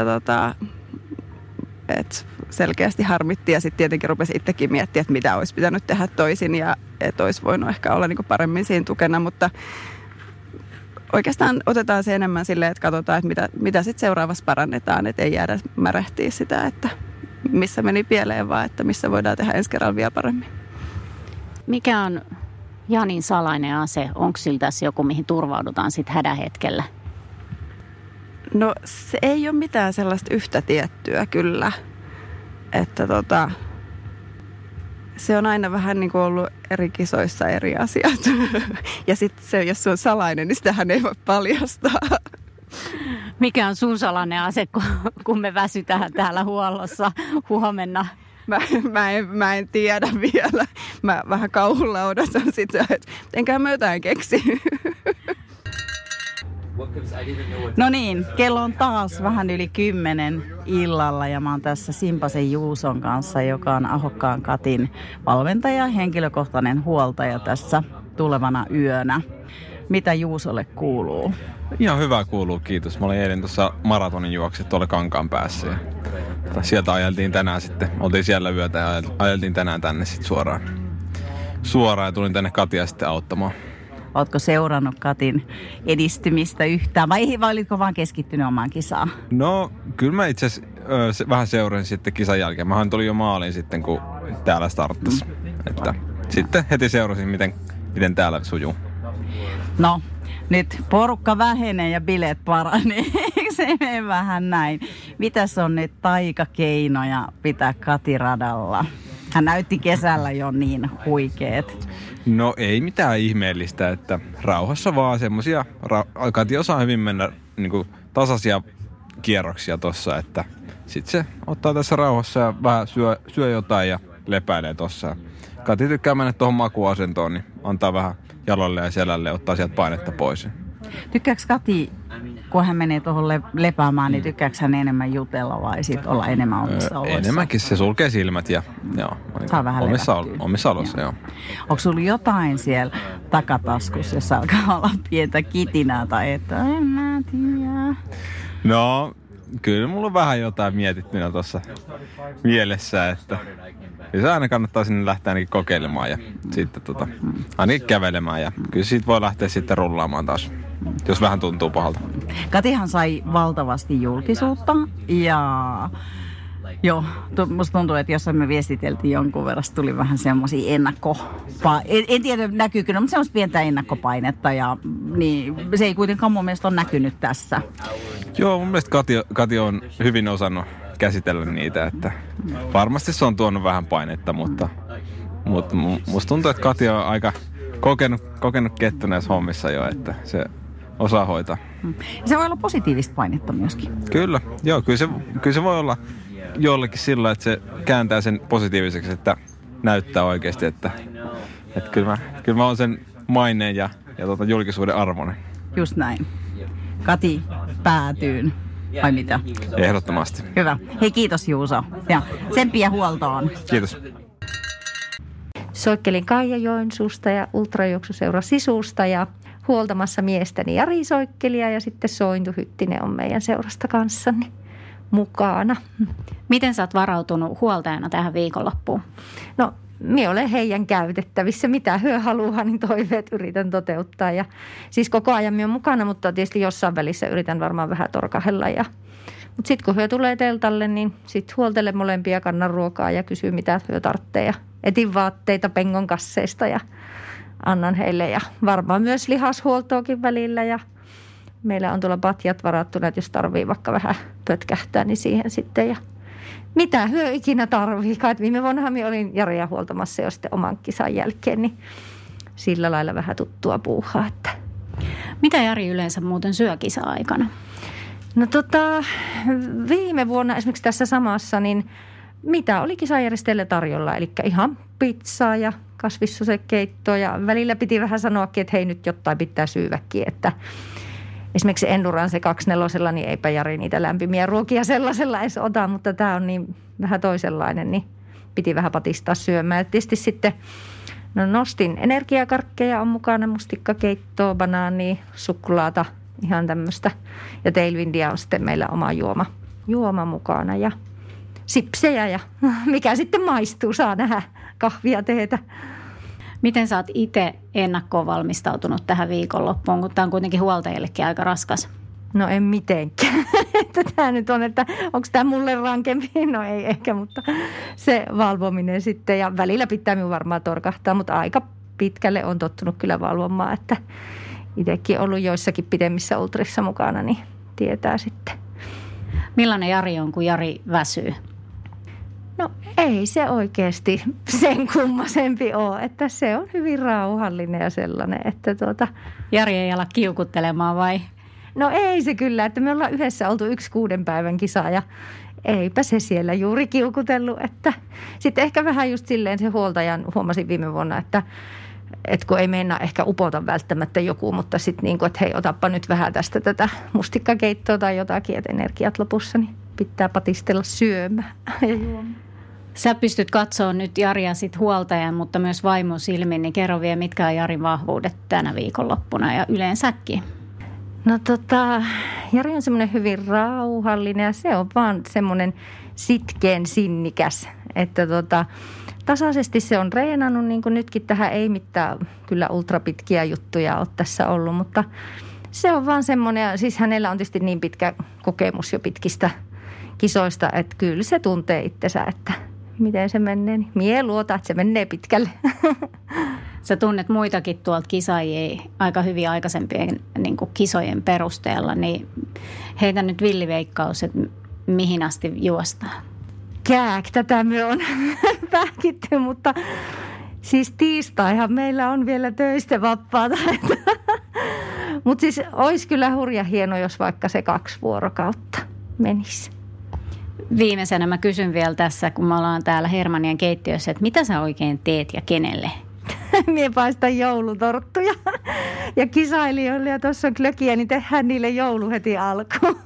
Speaker 12: selkeästi harmitti ja sitten tietenkin rupesi itsekin miettimään, että mitä olisi pitänyt tehdä toisin ja että olisi voinut ehkä olla niin kuin paremmin siinä tukena, mutta oikeastaan otetaan se enemmän silleen, että katsotaan, että mitä sitten seuraavassa parannetaan, että ei jäädä märehtiä sitä, että missä meni pieleen, vaan että missä voidaan tehdä ensi kerralla vielä paremmin.
Speaker 5: Mikä on Janin salainen ase? Onko sillä tässä joku, mihin turvaudutaan sitten hädähetkellä?
Speaker 12: No se ei ole mitään sellaista yhtä tiettyä kyllä, että se on aina vähän niin kuin ollut eri kisoissa eri asiat. Ja sitten se, jos se on salainen, niin sitähän ei voi paljastaa.
Speaker 5: Mikä on sun salainen ase, kun me väsytään täällä huollossa huomenna?
Speaker 12: Mä en tiedä vielä. Mä vähän kauhulla odotan sitä, että enkä mä jotain keksi.
Speaker 3: No niin, kello on taas vähän yli 10 illalla ja mä oon tässä Simpasen Juuson kanssa, joka on Ahokkaan Katin valmentaja, henkilökohtainen huoltaja tässä tulevana yönä. Mitä Juusolle kuuluu?
Speaker 13: Ihan hyvää kuuluu, kiitos. Mä olin eilen tuossa maratonin juokset tuolla Kankaan päässä ja sieltä ajeltiin tänään sitten. Oltiin siellä yötä ja ajeltiin tänään tänne sitten suoraan ja tulin tänne Katia sitten auttamaan.
Speaker 3: Ootko seurannut Katin edistymistä yhtään vai olitko vaan keskittynyt omaan kisaan?
Speaker 13: No kyllä mä itse asiassa vähän seurasin sitten kisan jälkeen. Mähän tulin jo maaliin sitten kun täällä starttasi. Että sitten heti seurasin miten täällä sujuu.
Speaker 3: No,
Speaker 12: nyt porukka vähenee ja bileet paranee. Eikö se mene vähän näin? Mitäs on nyt taikakeinoja pitää Kati radalla? Hän näytti kesällä jo niin huikeet.
Speaker 13: No ei mitään ihmeellistä, että rauhassa vaan semmosia, Kati osaa hyvin mennä niin kuin tasaisia kierroksia tossa, että sit se ottaa tässä rauhassa ja vähän syö jotain ja lepäilee tossa. Kati tykkää mennä tuohon makuasentoon, niin antaa vähän jalolle ja selälle ja ottaa sieltä painetta pois.
Speaker 12: Tykkääkö Kati, kun hän menee tuohon lepäämään, niin tykkääkö hän enemmän jutella vai sit olla enemmän omissa oloissa?
Speaker 13: Enemmänkin se sulkee silmät ja
Speaker 12: saa vähän
Speaker 13: omissa oloissa, joo.
Speaker 12: Onko sulla jotain siellä takataskussa, jos alkaa olla pientä kitinää tai että en mä tiedä?
Speaker 13: No, kyllä mulla on vähän jotain mietittynä tuossa mielessä, että se aina kannattaa sinne lähteä ainakin kokeilemaan ja sitten ainakin kävelemään ja kyllä siitä voi lähteä sitten rullaamaan taas, jos vähän tuntuu pahalta.
Speaker 12: Katihan sai valtavasti julkisuutta ja musta tuntuu, että jossain me viestiteltiin jonkun verran, tuli vähän semmoisia en tiedä näkyykö, mutta semmoista pientä ennakkopainetta ja niin, se ei kuitenkaan mun mielestä ole näkynyt tässä.
Speaker 13: Joo, mun mielestä Kati on hyvin osannut käsitellä niitä, että varmasti se on tuonut vähän painetta, mutta musta tuntuu, että Kati on aika kokenut kettu näissä hommissa jo, että se osaa hoitaa.
Speaker 12: Se voi olla positiivista painetta myöskin.
Speaker 13: Kyllä, joo, kyllä se voi olla jollekin sillä, että se kääntää sen positiiviseksi, että näyttää oikeasti, että kyllä mä oon sen maineen ja julkisuuden arvoinen.
Speaker 12: Just näin. Kati päätyyn. Vai mitä?
Speaker 13: Ehdottomasti.
Speaker 12: Hyvä. Hei, kiitos Juuso. Ja tsemppiä huoltoon.
Speaker 13: Kiitos.
Speaker 14: Soikkelin Kaija Joensuusta ja Ultrajuoksuseura Sisusta ja huoltamassa miestäni Jari Soikkelia ja sitten Sointu Hyttinen on meidän seurasta kanssani mukana.
Speaker 5: Miten sä oot varautunut huoltajana tähän viikonloppuun?
Speaker 14: No, minä olen heidän käytettävissä. Mitä he haluaa, niin toiveet yritän toteuttaa. Ja siis koko ajan minä olen mukana, mutta tietysti jossain välissä yritän varmaan vähän torkahella. Mutta sitten kun he tulee teltalle, niin sitten huoltelen molempia, kannan ruokaa ja kysyy mitä he tarvitsee. Ja etin vaatteita pengon kasseista ja annan heille. Ja varmaan myös lihashuoltoakin välillä. Ja meillä on tuolla patjat varattuna, että jos tarvii vaikka vähän pötkähtää, niin siihen sitten. Ja mitä hyö ikinä tarvii? Viime vuonnahan minä olin Jaria huoltamassa jo sitten oman kisan jälkeen, niin sillä lailla vähän tuttua puuhaa. Että.
Speaker 5: Mitä Jari yleensä muuten syö kisa-aikana?
Speaker 14: No viime vuonna esimerkiksi tässä samassa, niin mitä oli kisajärjestäjille tarjolla? Eli ihan pizzaa ja kasvissosekeittoa ja välillä piti vähän sanoakin, että hei nyt jotain pitää syyväkin, että esimerkiksi Endurance 24, niin eipä Jari niitä lämpimiä ruokia sellaisella edes ota, mutta tämä on niin vähän toisenlainen, niin piti vähän patistaa syömään. Ja tietysti sitten nostin energiakarkkeja, on mukana mustikkakeittoa, banaania, suklaata, ihan tämmöistä. Ja Tailwindia on sitten meillä oma juoma mukana ja sipsejä ja mikä sitten maistuu, saa nähdä kahvia teetä.
Speaker 5: Miten sä oot itse ennakkoon valmistautunut tähän viikonloppuun, kun tämä on kuitenkin huoltajillekin aika raskas?
Speaker 14: No en mitenkään. Tämä nyt on, että onko tämä mulle rankempi? No ei ehkä, mutta se valvominen sitten. Ja välillä pitää minun varmaan torkahtaa, mutta aika pitkälle on tottunut kyllä valvomaan, että itsekin ollut joissakin pidemmissä ultrissa mukana, niin tietää sitten.
Speaker 5: Millainen Jari on, kun Jari väsyy?
Speaker 14: No ei se oikeasti sen kummasempi ole, että se on hyvin rauhallinen ja sellainen, että
Speaker 5: Jari ei ala kiukuttelemaan vai?
Speaker 14: No ei se kyllä, että me ollaan yhdessä oltu 1 6 päivän kisa ja eipä se siellä juuri kiukutellut, että sitten ehkä vähän just silleen se huoltajan huomasin viime vuonna, että kun ei mennä ehkä upota välttämättä joku, mutta sitten niin kuin, että hei otappa nyt vähän tästä tätä mustikkakeittoa tai jotakin, että energiat lopussa, niin pitää patistella syömään ja juomaan.
Speaker 5: Sä pystyt katsoa nyt Jaria sit huoltajan, mutta myös vaimon silmin, niin kerro vielä, mitkä on Jarin vahvuudet tänä viikonloppuna ja yleensäkin.
Speaker 14: No Jari on semmoinen hyvin rauhallinen ja se on vaan semmoinen sitkeen sinnikäs, että tasaisesti se on reenannut, niin kuin nytkin tähän ei mitään kyllä ultrapitkiä juttuja ole tässä ollut, mutta se on vaan semmoinen, ja siis hänellä on tietysti niin pitkä kokemus jo pitkistä kisoista, että kyllä se tuntee itsensä, että miten se menee. Mie luota, että se menee pitkälle.
Speaker 5: Sä tunnet muitakin tuolta kisaajia aika hyvin aikaisempien niin kuin kisojen perusteella, niin heitä nyt villiveikkaus, että mihin asti juostaan.
Speaker 14: Tätä me on pähkitty, mutta siis tiistaihan meillä on vielä töistä vapaata. Mutta siis olisi kyllä hurja hieno, jos vaikka se 2 vuorokautta menisi.
Speaker 5: Viimeisenä mä kysyn vielä tässä, kun me ollaan täällä Hermanian keittiössä, että mitä sä oikein teet ja kenelle?
Speaker 14: Mie paistan joulutorttuja ja kisailijoille ja tuossa on klökiä, niin tehdään niille joulu heti alkuun.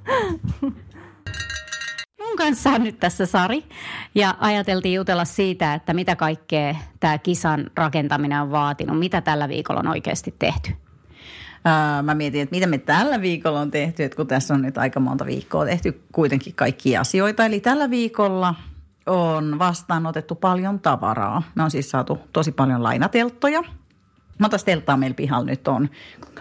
Speaker 5: Mun kanssa on nyt tässä Sari ja ajateltiin jutella siitä, että mitä kaikkea tämä kisan rakentaminen on vaatinut. Mitä tällä viikolla on oikeasti tehty?
Speaker 3: Mä mietin, että mitä me tällä viikolla on tehty, että kun tässä on nyt aika monta viikkoa tehty kuitenkin kaikkia asioita. Eli tällä viikolla on vastaanotettu paljon tavaraa. Me on siis saatu tosi paljon lainatelttoja. Monta telttaa meillä pihalla nyt on?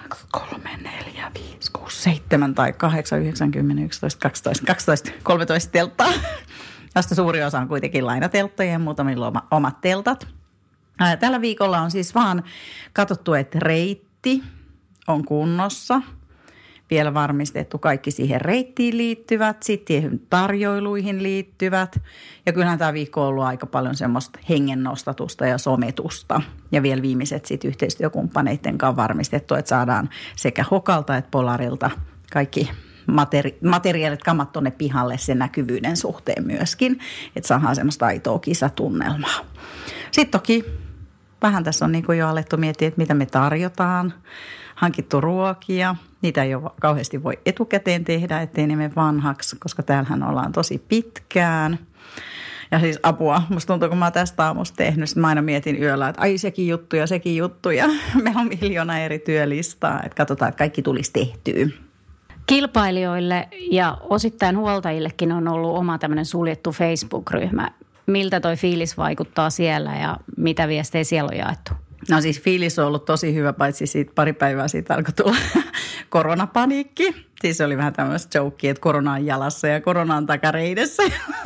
Speaker 3: 3, 4, 5, 6, 7 tai 8, 9, 10, 11, 12, 13 telttaa. Josta suuri osa on kuitenkin lainatelttoja ja muutamilla omat teltat. Tällä viikolla on siis vaan katsottu, että reitti on kunnossa. Vielä varmistettu kaikki siihen reittiin liittyvät, sitten tarjoiluihin liittyvät. Ja kyllähän tämä viikko on ollut aika paljon semmoista hengennostatusta ja sometusta. Ja vielä viimeiset sitten yhteistyökumppaneiden kanssa varmistettu, että saadaan sekä Hokalta että Polarilta kaikki materiaalit, kamat tuonne pihalle sen näkyvyyden suhteen myöskin. Että saadaan semmoista aitoa kisatunnelmaa. Sitten toki vähän tässä on niin kuin jo alettu miettiä, että mitä me tarjotaan. Hankittu ruokia. Niitä ei ole kauheasti voi etukäteen tehdä, ettei ne mene vanhaksi, koska täällähän ollaan tosi pitkään. Ja siis apua, musta tuntuu, kun mä oon tästä aamusta tehnyt, mä aina mietin yöllä, että ai sekin juttu ja sekin juttu. Ja meillä on 1,000,000 eri työlistaa, että katsotaan, että kaikki tulisi tehtyä.
Speaker 5: Kilpailijoille ja osittain huoltajillekin on ollut oma tämmöinen suljettu Facebook-ryhmä. Miltä toi fiilis vaikuttaa siellä ja mitä viestejä siellä on jaettu?
Speaker 3: No siis fiilis on ollut tosi hyvä, paitsi siitä pari päivää siitä alkoi tulla koronapaniikki. Siis oli vähän tämmöistä jokea, että korona on jalassa ja korona on takareidessä.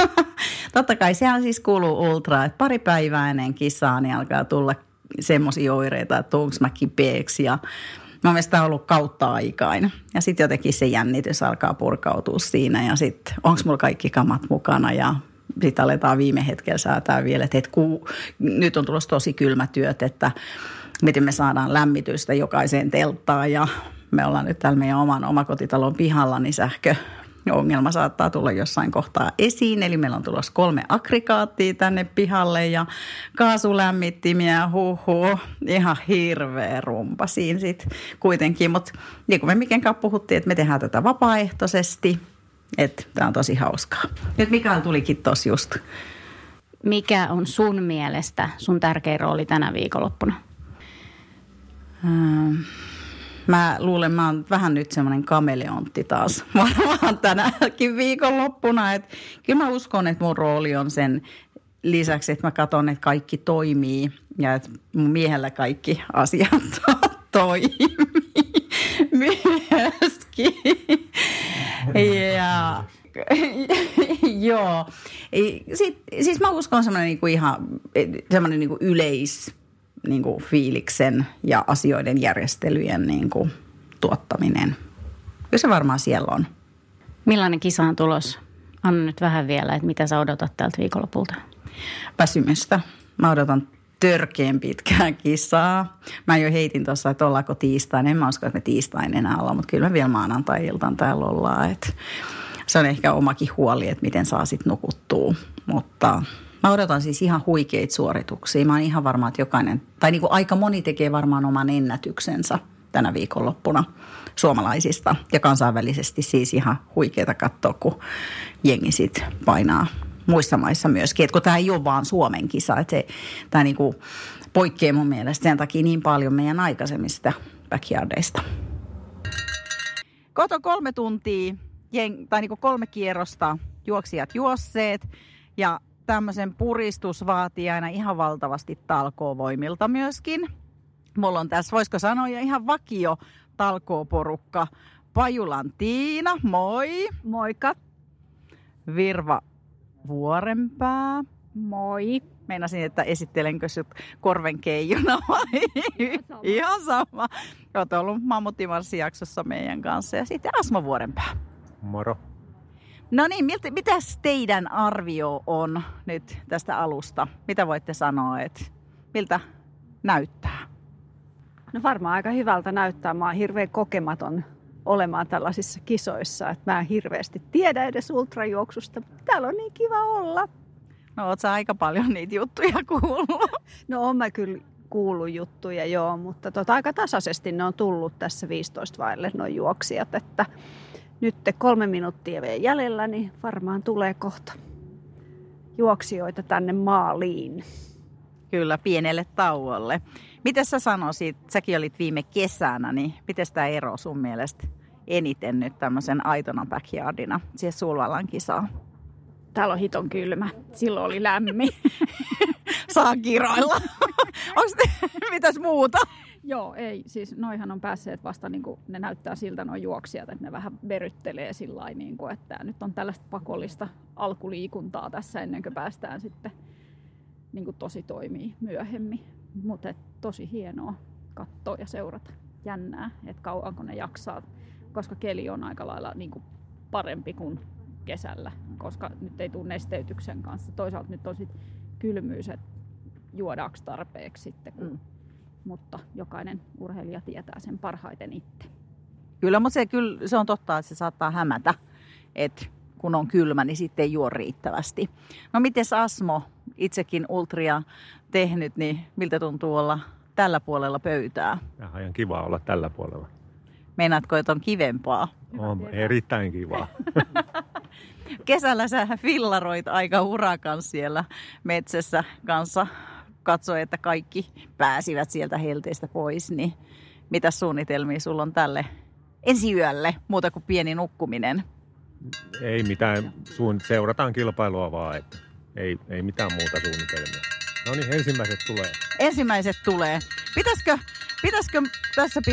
Speaker 3: Totta kai sehän siis kuuluu ultraa, että pari päivää ennen kisaa niin alkaa tulla semmoisia oireita, että onko mä kipeäksi ja mun mielestä tämä on ollut kautta aikain. Ja sitten jotenkin se jännitys alkaa purkautua siinä ja sitten onko mulla kaikki kamat mukana ja sitten aletaan viime hetkellä säätää vielä, että nyt on tulossa tosi kylmätyöt, että miten me saadaan lämmitystä jokaiseen telttaan ja me ollaan nyt täällä meidän omakotitalon pihalla, niin sähköongelma saattaa tulla jossain kohtaa esiin. Eli meillä on tulossa 3 aggregaattia tänne pihalle ja kaasulämmittimiä, ihan hirveä rumpa siinä sitten kuitenkin. Mutta niin kuin me Miken kanssa puhuttiin, että me tehdään tätä vapaaehtoisesti. Että tämä on tosi hauskaa. Nyt Mikael tulikin tossa just.
Speaker 5: Mikä on sun mielestä sun tärkein rooli tänä viikonloppuna?
Speaker 3: Mä luulen, mä oon vähän nyt semmoinen kameleontti taas varmaan tänäkin viikonloppuna. Et kyllä mä uskon, että mun rooli on sen lisäksi, että mä katson, että kaikki toimii ja että mun miehellä kaikki asiat toimii myöskin. Ja joo. Siis mä uskon semmoinen niinku ihan semmoinen niinku yleis niinku fiiliksen ja asioiden järjestelyjen niinku tuottaminen. Kyllä se varmaan siellä on.
Speaker 5: Millainen kisa on tulos? Anna nyt vähän vielä, että mitä sä odotat tältä viikonlopulta?
Speaker 3: Väsymystä. Mä odotan törkeän pitkää kisaa. Mä jo heitin tuossa, että ollaanko tiistain. En mä usko, että me tiistain enää ollaan, mutta kyllä me vielä maanantai-iltaan täällä ollaan. Että se on ehkä omakin huoli, että miten saa sitten nukuttua. Mutta mä odotan siis ihan huikeita suorituksia. Mä oon ihan varma, että jokainen, tai niin kuin aika moni tekee varmaan oman ennätyksensä tänä viikonloppuna suomalaisista. Ja kansainvälisesti siis ihan huikeita katsoa, kun jengi sit painaa muissa maissa myöskin, että kun tämä ei ole vaan Suomen kisa, että tämä niinku poikkeaa mun mielestä sen takia niin paljon meidän aikaisemmista backyardeista. Koto 3 tuntia, tai niinku 3 kierrosta juoksijat juosseet ja tämmöisen puristus vaatii aina ihan valtavasti talkoovoimilta myöskin. Mulla on tässä, voisiko sanoa, ja ihan vakio talkooporukka. Pajulan Tiina, moi.
Speaker 11: Moikka.
Speaker 3: Virva Vuorenpää.
Speaker 11: Moi.
Speaker 3: Meinasin, että esittelenkö sut korvenkeijuna vai? Ihan sama. Olet ollut Mammuttimarssi-jaksossa meidän kanssa ja sitten Asmo Vuorenpää.
Speaker 15: Moro.
Speaker 3: No niin, mitäs teidän arvio on nyt tästä alusta? Mitä voitte sanoa, että miltä näyttää?
Speaker 16: No varmaan aika hyvältä näyttää. Mä oon hirveän kokematon olemaan tällaisissa kisoissa, että mä en hirveästi tiedä edes ultrajuoksusta, mutta täällä on niin kiva olla.
Speaker 3: No oot sä aika paljon niitä juttuja kuullut?
Speaker 16: No oon mä kyllä kuullut juttuja, joo, mutta aika tasaisesti ne on tullut tässä 15 vaille nuo juoksijat, että nyt 3 minuuttia vielä jäljellä, niin varmaan tulee kohta juoksijoita tänne maaliin.
Speaker 3: Kyllä, pienelle tauolle. Miten sä sanoisit, säkin olit viime kesänä, niin miten tämä ero sun mielestä eniten nyt tämmöisen aitona backyardina siihen Sulvalan kisaan?
Speaker 17: Täällä on hiton kylmä. Silloin oli lämmin.
Speaker 3: Saa kiroilla. Onko mitäs muuta?
Speaker 17: Joo, ei. Siis noihan on päässeet vasta, niin kuin ne näyttää siltä nuo juoksijat, että ne vähän veryttelee sillä lailla, niin kuin, että nyt on tällaista pakollista alkuliikuntaa tässä ennen kuin päästään sitten niin kuin tosi toimii myöhemmin. Mutta tosi hienoa katsoa ja seurata. Jännää, että kauanko ne jaksaa, koska keli on aika lailla niin kuin parempi kuin kesällä, koska nyt ei tule nesteytyksen kanssa. Toisaalta nyt on sitten kylmyys, että juodaanko tarpeeksi sitten, mutta jokainen urheilija tietää sen parhaiten itse.
Speaker 3: Kyllä, mutta se on totta, että se saattaa hämätä, että kun on kylmä, niin sitten ei juo riittävästi. No mites Asmo, itsekin ultria tehnyt, niin miltä tuntuu olla tällä puolella pöytää?
Speaker 15: Ihan kiva olla tällä puolella.
Speaker 3: Meinaatko, että on kivempaa?
Speaker 15: On erittäin kivaa.
Speaker 3: Kesällä sä fillaroit aika urakan siellä metsässä kanssa. Katsoi, että kaikki pääsivät sieltä helteistä pois. Niin mitä suunnitelmia sulla on tälle ensi yölle, muuta kuin pieni nukkuminen?
Speaker 15: Ei mitään, seurataan kilpailua vaan, että ei mitään muuta suunnitelmia. No niin, ensimmäiset tulee.
Speaker 3: Ensimmäiset tulee. Pitäisikö tässä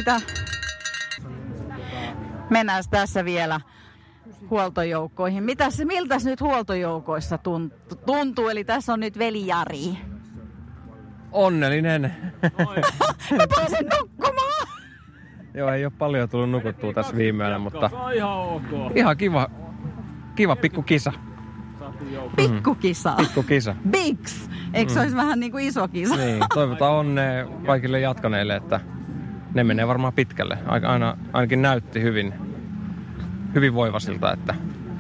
Speaker 3: mennään tässä vielä huoltojoukkoihin. Miltäs nyt huoltojoukoissa tuntuu? Eli tässä on nyt veli Jari.
Speaker 8: Onnellinen.
Speaker 3: Mä pääsen nukkumaan!
Speaker 8: Joo, ei ole paljon tullut nukuttua tässä viime yönä, mutta ihan kiva pikkukisa.
Speaker 3: Pikkukisa?
Speaker 8: Pikkukisa.
Speaker 3: Bigs! Eikö se olisi vähän niin kuin iso kisa?
Speaker 8: Niin, toivotaan onnea kaikille jatkaneille, että ne menee varmaan pitkälle. Ainakin näytti hyvin voivasilta, että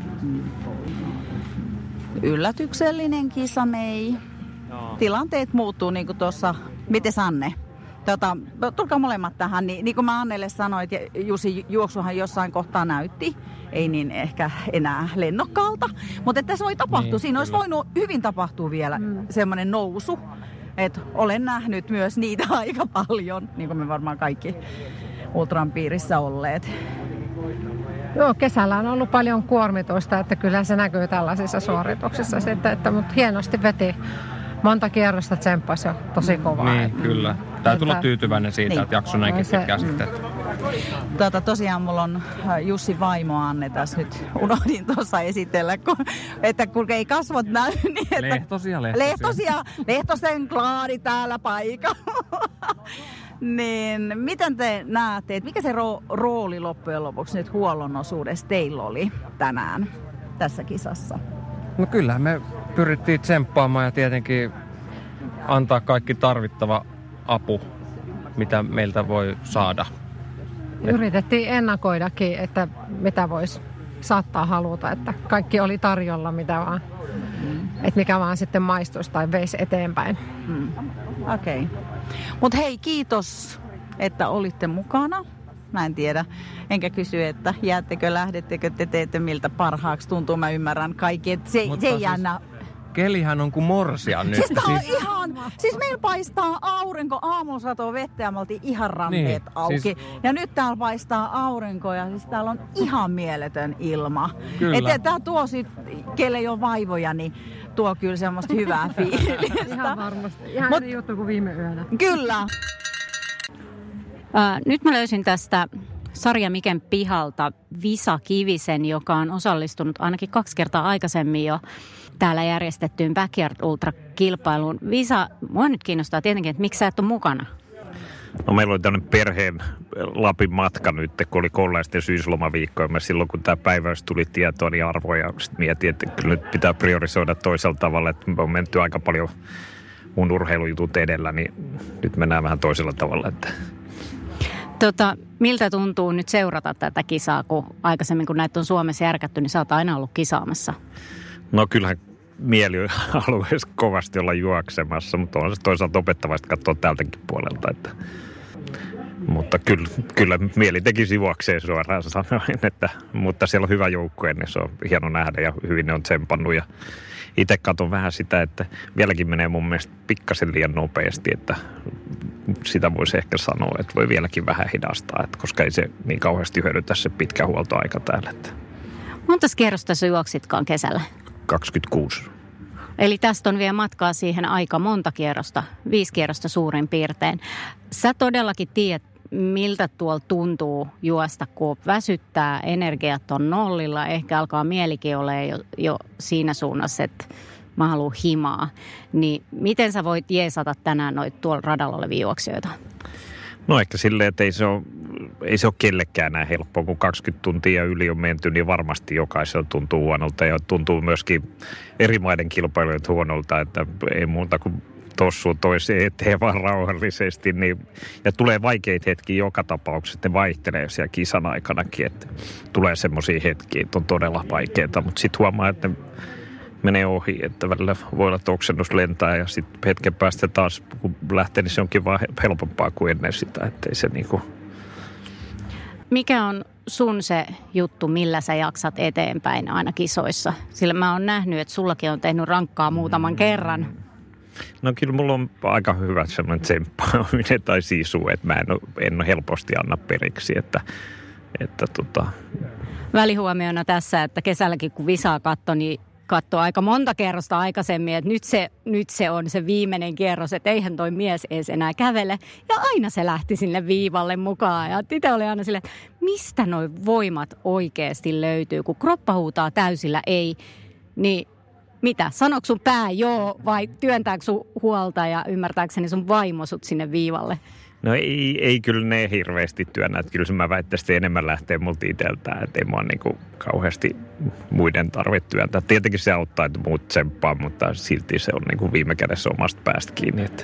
Speaker 3: yllätyksellinen kisa mei. Tilanteet muuttuu niin kuin tuossa. Mites Anne? Tulkaa molemmat tähän. Niin kuin mä Annelle sanoin, että Jussi juoksuhan jossain kohtaa näytti. Ei niin ehkä enää lennokkaalta. Mutta tässä voi tapahtua. Niin, siinä olisi voinut hyvin tapahtua vielä semmoinen nousu. Että olen nähnyt myös niitä aika paljon, niin kuin me varmaan kaikki ultran piirissä olleet.
Speaker 18: Joo, kesällä on ollut paljon kuormitusta, että kyllä se näkyy tällaisissa suorituksissa sitten, mutta hienosti veti. Monta kierrosta tsemppasi jo tosi kovaa.
Speaker 8: Niin, kyllä. Täytyy olla tyytyväinen siitä, niin, että jakso näinkin pitkään sitten.
Speaker 3: Tosiaan mulla on Jussi vaimo Anne tässä nyt. Unohdin tuossa esitellä, että kun ei kasvot näy. Niin että Lehtosen klaadi täällä paikalla. Niin, miten te näette, että mikä se rooli loppujen lopuksi nyt huollon osuudessa teillä oli tänään tässä kisassa?
Speaker 8: No kyllähän me pyrittiin tsemppaamaan ja tietenkin antaa kaikki tarvittava apu, mitä meiltä voi saada.
Speaker 18: Yritettiin ennakoidakin, että mitä voisi saattaa haluta, että kaikki oli tarjolla, mitä vaan, että mikä vaan sitten maistuisi tai veisi eteenpäin.
Speaker 3: Okei. Mutta hei, kiitos, että olitte mukana. Mä en tiedä, enkä kysy, että jäättekö, lähdettekö, te teette miltä parhaaksi tuntuu. Mä ymmärrän kaikki, että se ei jännä.
Speaker 8: Kelihän on kuin morsia nyt.
Speaker 3: Siis meillä paistaa aurinko, aamulla satoo vettä ja me oltiin ihan rampeet auki. Siis ja nyt täällä paistaa aurinko ja siis täällä on ihan mieletön ilma. Että tää tuo sit, kelle ei ole vaivoja, niin tuo kyllä semmoista hyvää fiilistä.
Speaker 18: Ihan varmasti. Ihan eri juttu kuin viime yönä.
Speaker 3: Kyllä.
Speaker 5: Nyt mä löysin tästä Sarja Miken pihalta Visa Kivisen, joka on osallistunut ainakin 2 kertaa aikaisemmin jo täällä järjestettyyn Backyard Ultra-kilpailuun. Visa, mua nyt kiinnostaa tietenkin, että miksi sä et ole mukana?
Speaker 19: No meillä oli tämmöinen perheen Lapin matka nyt, kun oli koululaisten syyslomaviikko. Ja silloin kun tämä päiväys tuli tietoon, niin arvoja sitten mietin, että kyllä nyt pitää priorisoida toisella tavalla. Että me on menty aika paljon mun urheilujutut edellä, niin nyt mennään vähän toisella tavalla. Että.
Speaker 5: Miltä tuntuu nyt seurata tätä kisaa, kun aikaisemmin kun näitä on Suomessa järkätty, niin sä oot aina ollut kisaamassa?
Speaker 19: No kyllähän mieli haluaisi kovasti olla juoksemassa, mutta on se toisaalta opettavaista katsoa tältäkin puolelta. Että. Mutta kyllä mieli tekisi juokseen suoraan sanoen, mutta siellä on hyvä joukkue, niin se on hieno nähdä ja hyvin ne on tsempannut. Ja itse katson vähän sitä, että vieläkin menee mun mielestä pikkasen liian nopeasti, että sitä voisi ehkä sanoa, että voi vieläkin vähän hidastaa, että koska ei se niin kauheasti hyödytä se pitkä huoltoaika täällä. Että.
Speaker 5: Monta kierrosta sä juoksitkaan kesällä?
Speaker 19: 26.
Speaker 5: Eli tästä on vielä matkaa siihen aika monta kierrosta, 5 kierrosta suurin piirtein. Sä todellakin tiedät, miltä tuolla tuntuu juosta, kun väsyttää, energiat on nollilla, ehkä alkaa mielikin olemaan jo siinä suunnassa, että mä haluan himaa. Niin miten sä voit jeesata tänään noita tuolla radalla olevia juoksijoita?
Speaker 19: No ehkä silleen, että ei se ole kellekään näin helppoa, kun 20 tuntia yli on menty, niin varmasti jokaisella tuntuu huonolta ja tuntuu myöskin eri maiden kilpailujen huonolta, että ei muuta kuin tossua toiseen eteen vaan rauhallisesti. Niin, ja tulee vaikeita hetkiä joka tapauksessa, ne vaihtelee siellä kisan aikanakin, että tulee semmoisia hetkiä, että on todella vaikeita, mutta sitten huomaa, että ne menee ohi, että välillä voi olla, että oksennus lentää ja sitten hetken päästä taas, kun lähtee, niin se onkin vaan helpompaa kuin ennen sitä, ettei se niinku.
Speaker 5: Mikä on sun se juttu, millä sä jaksat eteenpäin aina kisoissa? Sillä mä oon nähnyt, että sullakin on tehnyt rankkaa muutaman kerran.
Speaker 19: No kyllä mulla on aika hyvä semmoinen tsemppaaminen tai sisu, että mä en helposti anna periksi, että
Speaker 5: Välihuomiona tässä, että kesälläkin kun Visaa niin katsoi aika monta kerrosta aikaisemmin, että nyt se on se viimeinen kierros, että eihän toi mies edes enää kävele. Ja aina se lähti sinne viivalle mukaan. Ja itse oli aina silleen, että mistä noi voimat oikeasti löytyy, kun kroppa huutaa täysillä ei, niin mitä? Sanoiko sun pää joo vai työntääkö sun huolta ja ymmärtääkseni sun vaimo sut sinne viivalle?
Speaker 19: No ei kyllä ne hirveästi työnnä, että kyllä mä väittäisin enemmän lähtee multa itseltään, että ei mua niinku kauheasti muiden tarvitse työntää. Tietenkin se auttaa, että muut tsemppaa, mutta silti se on niinku viime kädessä omasta päästä kiinni. Että.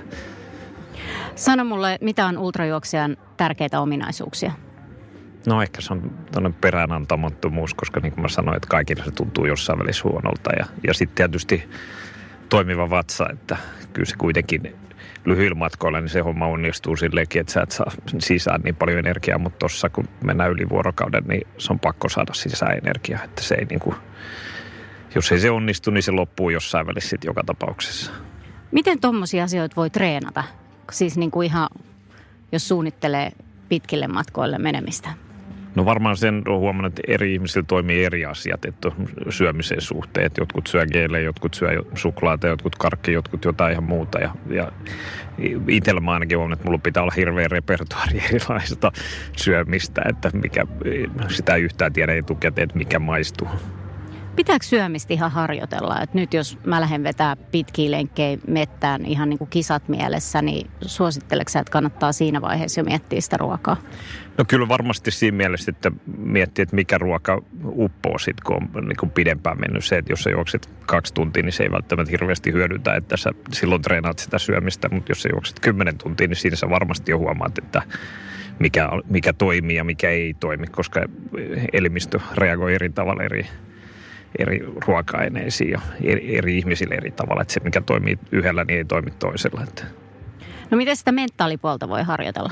Speaker 5: Sano mulle, mitä on ultrajuoksijan tärkeitä ominaisuuksia?
Speaker 19: No ehkä se on tuonne peräänantamattomuus, koska niin kuin mä sanoin, että kaikille se tuntuu jossain välissä huonolta. Ja sitten tietysti toimiva vatsa, että kyllä se kuitenkin lyhyillä matkoilla, niin se homma onnistuu silleenkin, että sä et saa sisään niin paljon energiaa, mutta tossa kun mennään yli vuorokauden, niin se on pakko saada sisään energiaa, että se ei niinku, jos ei se onnistu, niin se loppuu jossain välissä sitten joka tapauksessa.
Speaker 5: Miten tommosia asioita voi treenata? Siis niinku ihan, jos suunnittelee pitkille matkoille menemistä?
Speaker 19: No varmaan sen on huomannut, että eri ihmisillä toimii eri asiat, että syömisen suhteen. Että jotkut syö geelejä, jotkut syö suklaata, jotkut karkkia, jotkut jotain ihan muuta. Ja itsellä mä ainakin huomannut, että mulla pitää olla hirveä repertuaari erilaista syömistä, että sitä ei yhtään tiedä etukäteen, että mikä maistuu.
Speaker 5: Pitääkö syömistä ihan harjoitella? Että nyt jos mä lähden vetää pitkiä lenkkejä mettään ihan niin kuin kisat mielessä, niin suositteleksä, että kannattaa siinä vaiheessa jo miettiä sitä ruokaa?
Speaker 19: No kyllä varmasti siinä mielessä, että miettii, että mikä ruoka uppoo sitten, kun on niin kuin pidempään mennyt se, että jos sä juokset 2 tuntia, niin se ei välttämättä hirveästi hyödytä, että sä silloin treenaat sitä syömistä, mutta jos sä juokset 10 tuntia, niin siinä sä varmasti jo huomaat, että mikä toimii ja mikä ei toimi, koska elimistö reagoi eri tavalla eri ruoka-aineisiin ja eri ihmisille eri tavalla, että se mikä toimii yhdellä, niin ei toimi toisella.
Speaker 5: No miten sitä mentaalipuolta voi harjoitella?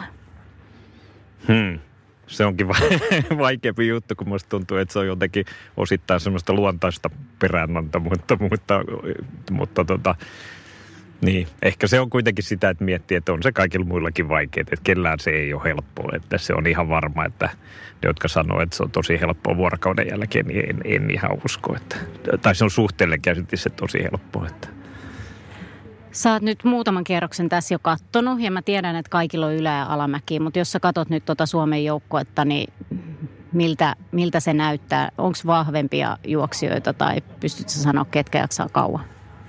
Speaker 19: Se onkin vaikeampi juttu, kun musta tuntuu, että se on jotenkin osittain semmoista luontaista peräänantamuutta, mutta niin, ehkä se on kuitenkin sitä, että miettii, että on se kaikilla muillakin vaikeaa, että kellään se ei ole helppoa, että se on ihan varma, että ne, jotka sanoo, että se on tosi helppoa vuorokauden jälkeen, niin en ihan usko, tai se on suhteellinen käsitys, että tosi helppoa. Että.
Speaker 5: Sä oot nyt muutaman kierroksen tässä jo kattonut ja mä tiedän, että kaikilla on ylä- ja alamäkiä, mutta jos sä katot nyt Suomen joukkuetta, niin miltä se näyttää? Onko vahvempia juoksijoita tai pystytkö sanoa, ketkä jaksaa kauan?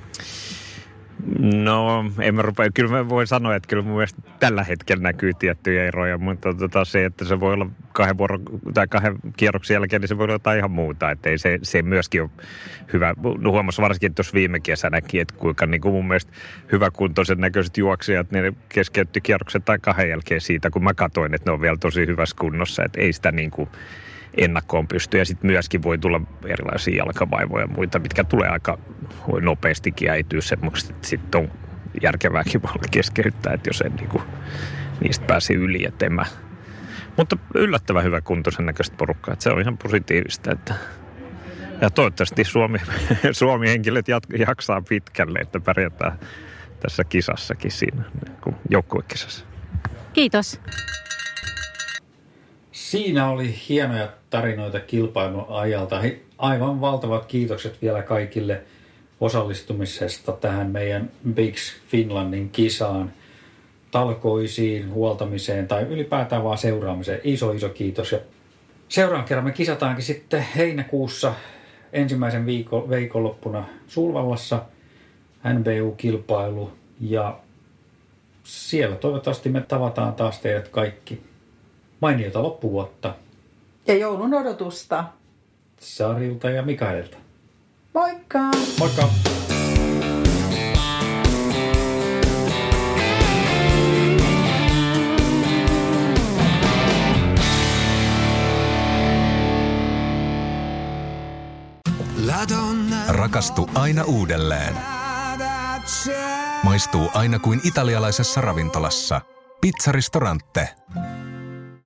Speaker 19: No, en mä rupea. Kyllä mä voin sanoa, että kyllä mun mielestä tällä hetkellä näkyy tiettyjä eroja, mutta se, että se voi olla 2 kierroksen jälkeen, niin se voi olla jotain ihan muuta. Että ei se myöskin ole hyvä. No, huomasi varsinkin tuossa viime kesänäkin, että kuinka niin kuin mun mielestä hyväkuntoiset näköiset juoksijat, niin ne keskeytti kierroksen tai 2 jälkeen siitä, kun mä katsoin, että ne on vielä tosi hyvässä kunnossa. Että ei sitä niin kuin ennakkoon pysty. Ja sitten myöskin voi tulla erilaisia jalkavaivoja ja muita, mitkä tulee aika nopeastikin äityä semmoisesti, että sitten on järkevääkin vaan keskeyttää, että jos en niinku niistä pääse yli, että en mä. Mutta yllättävän hyvä kuntoisen näköistä porukkaa, että se on ihan positiivista. Että ja toivottavasti Suomi-henkilöt jaksaa pitkälle, että pärjätään tässä kisassakin siinä joukkuekisassa.
Speaker 5: Kiitos. Siinä
Speaker 4: oli hienoja tarinoita kilpailun ajalta. Aivan valtavat kiitokset vielä kaikille osallistumisesta tähän meidän Bigs Finlandin kisaan, talkoisiin, huoltamiseen tai ylipäätään vaan seuraamiseen. Iso kiitos. Ja seuraavan kerran me kisataankin sitten heinäkuussa ensimmäisen viikonloppuna Sulvallassa NBU-kilpailu ja siellä toivottavasti me tavataan taas teidät kaikki. Mainiota loppuvuotta.
Speaker 3: Ja joulun odotusta.
Speaker 4: Sarilta ja Mikaelilta.
Speaker 3: Moikka!
Speaker 4: Moikka!
Speaker 20: Rakastu aina uudelleen. Maistuu aina kuin italialaisessa ravintolassa. Pizzaristorante.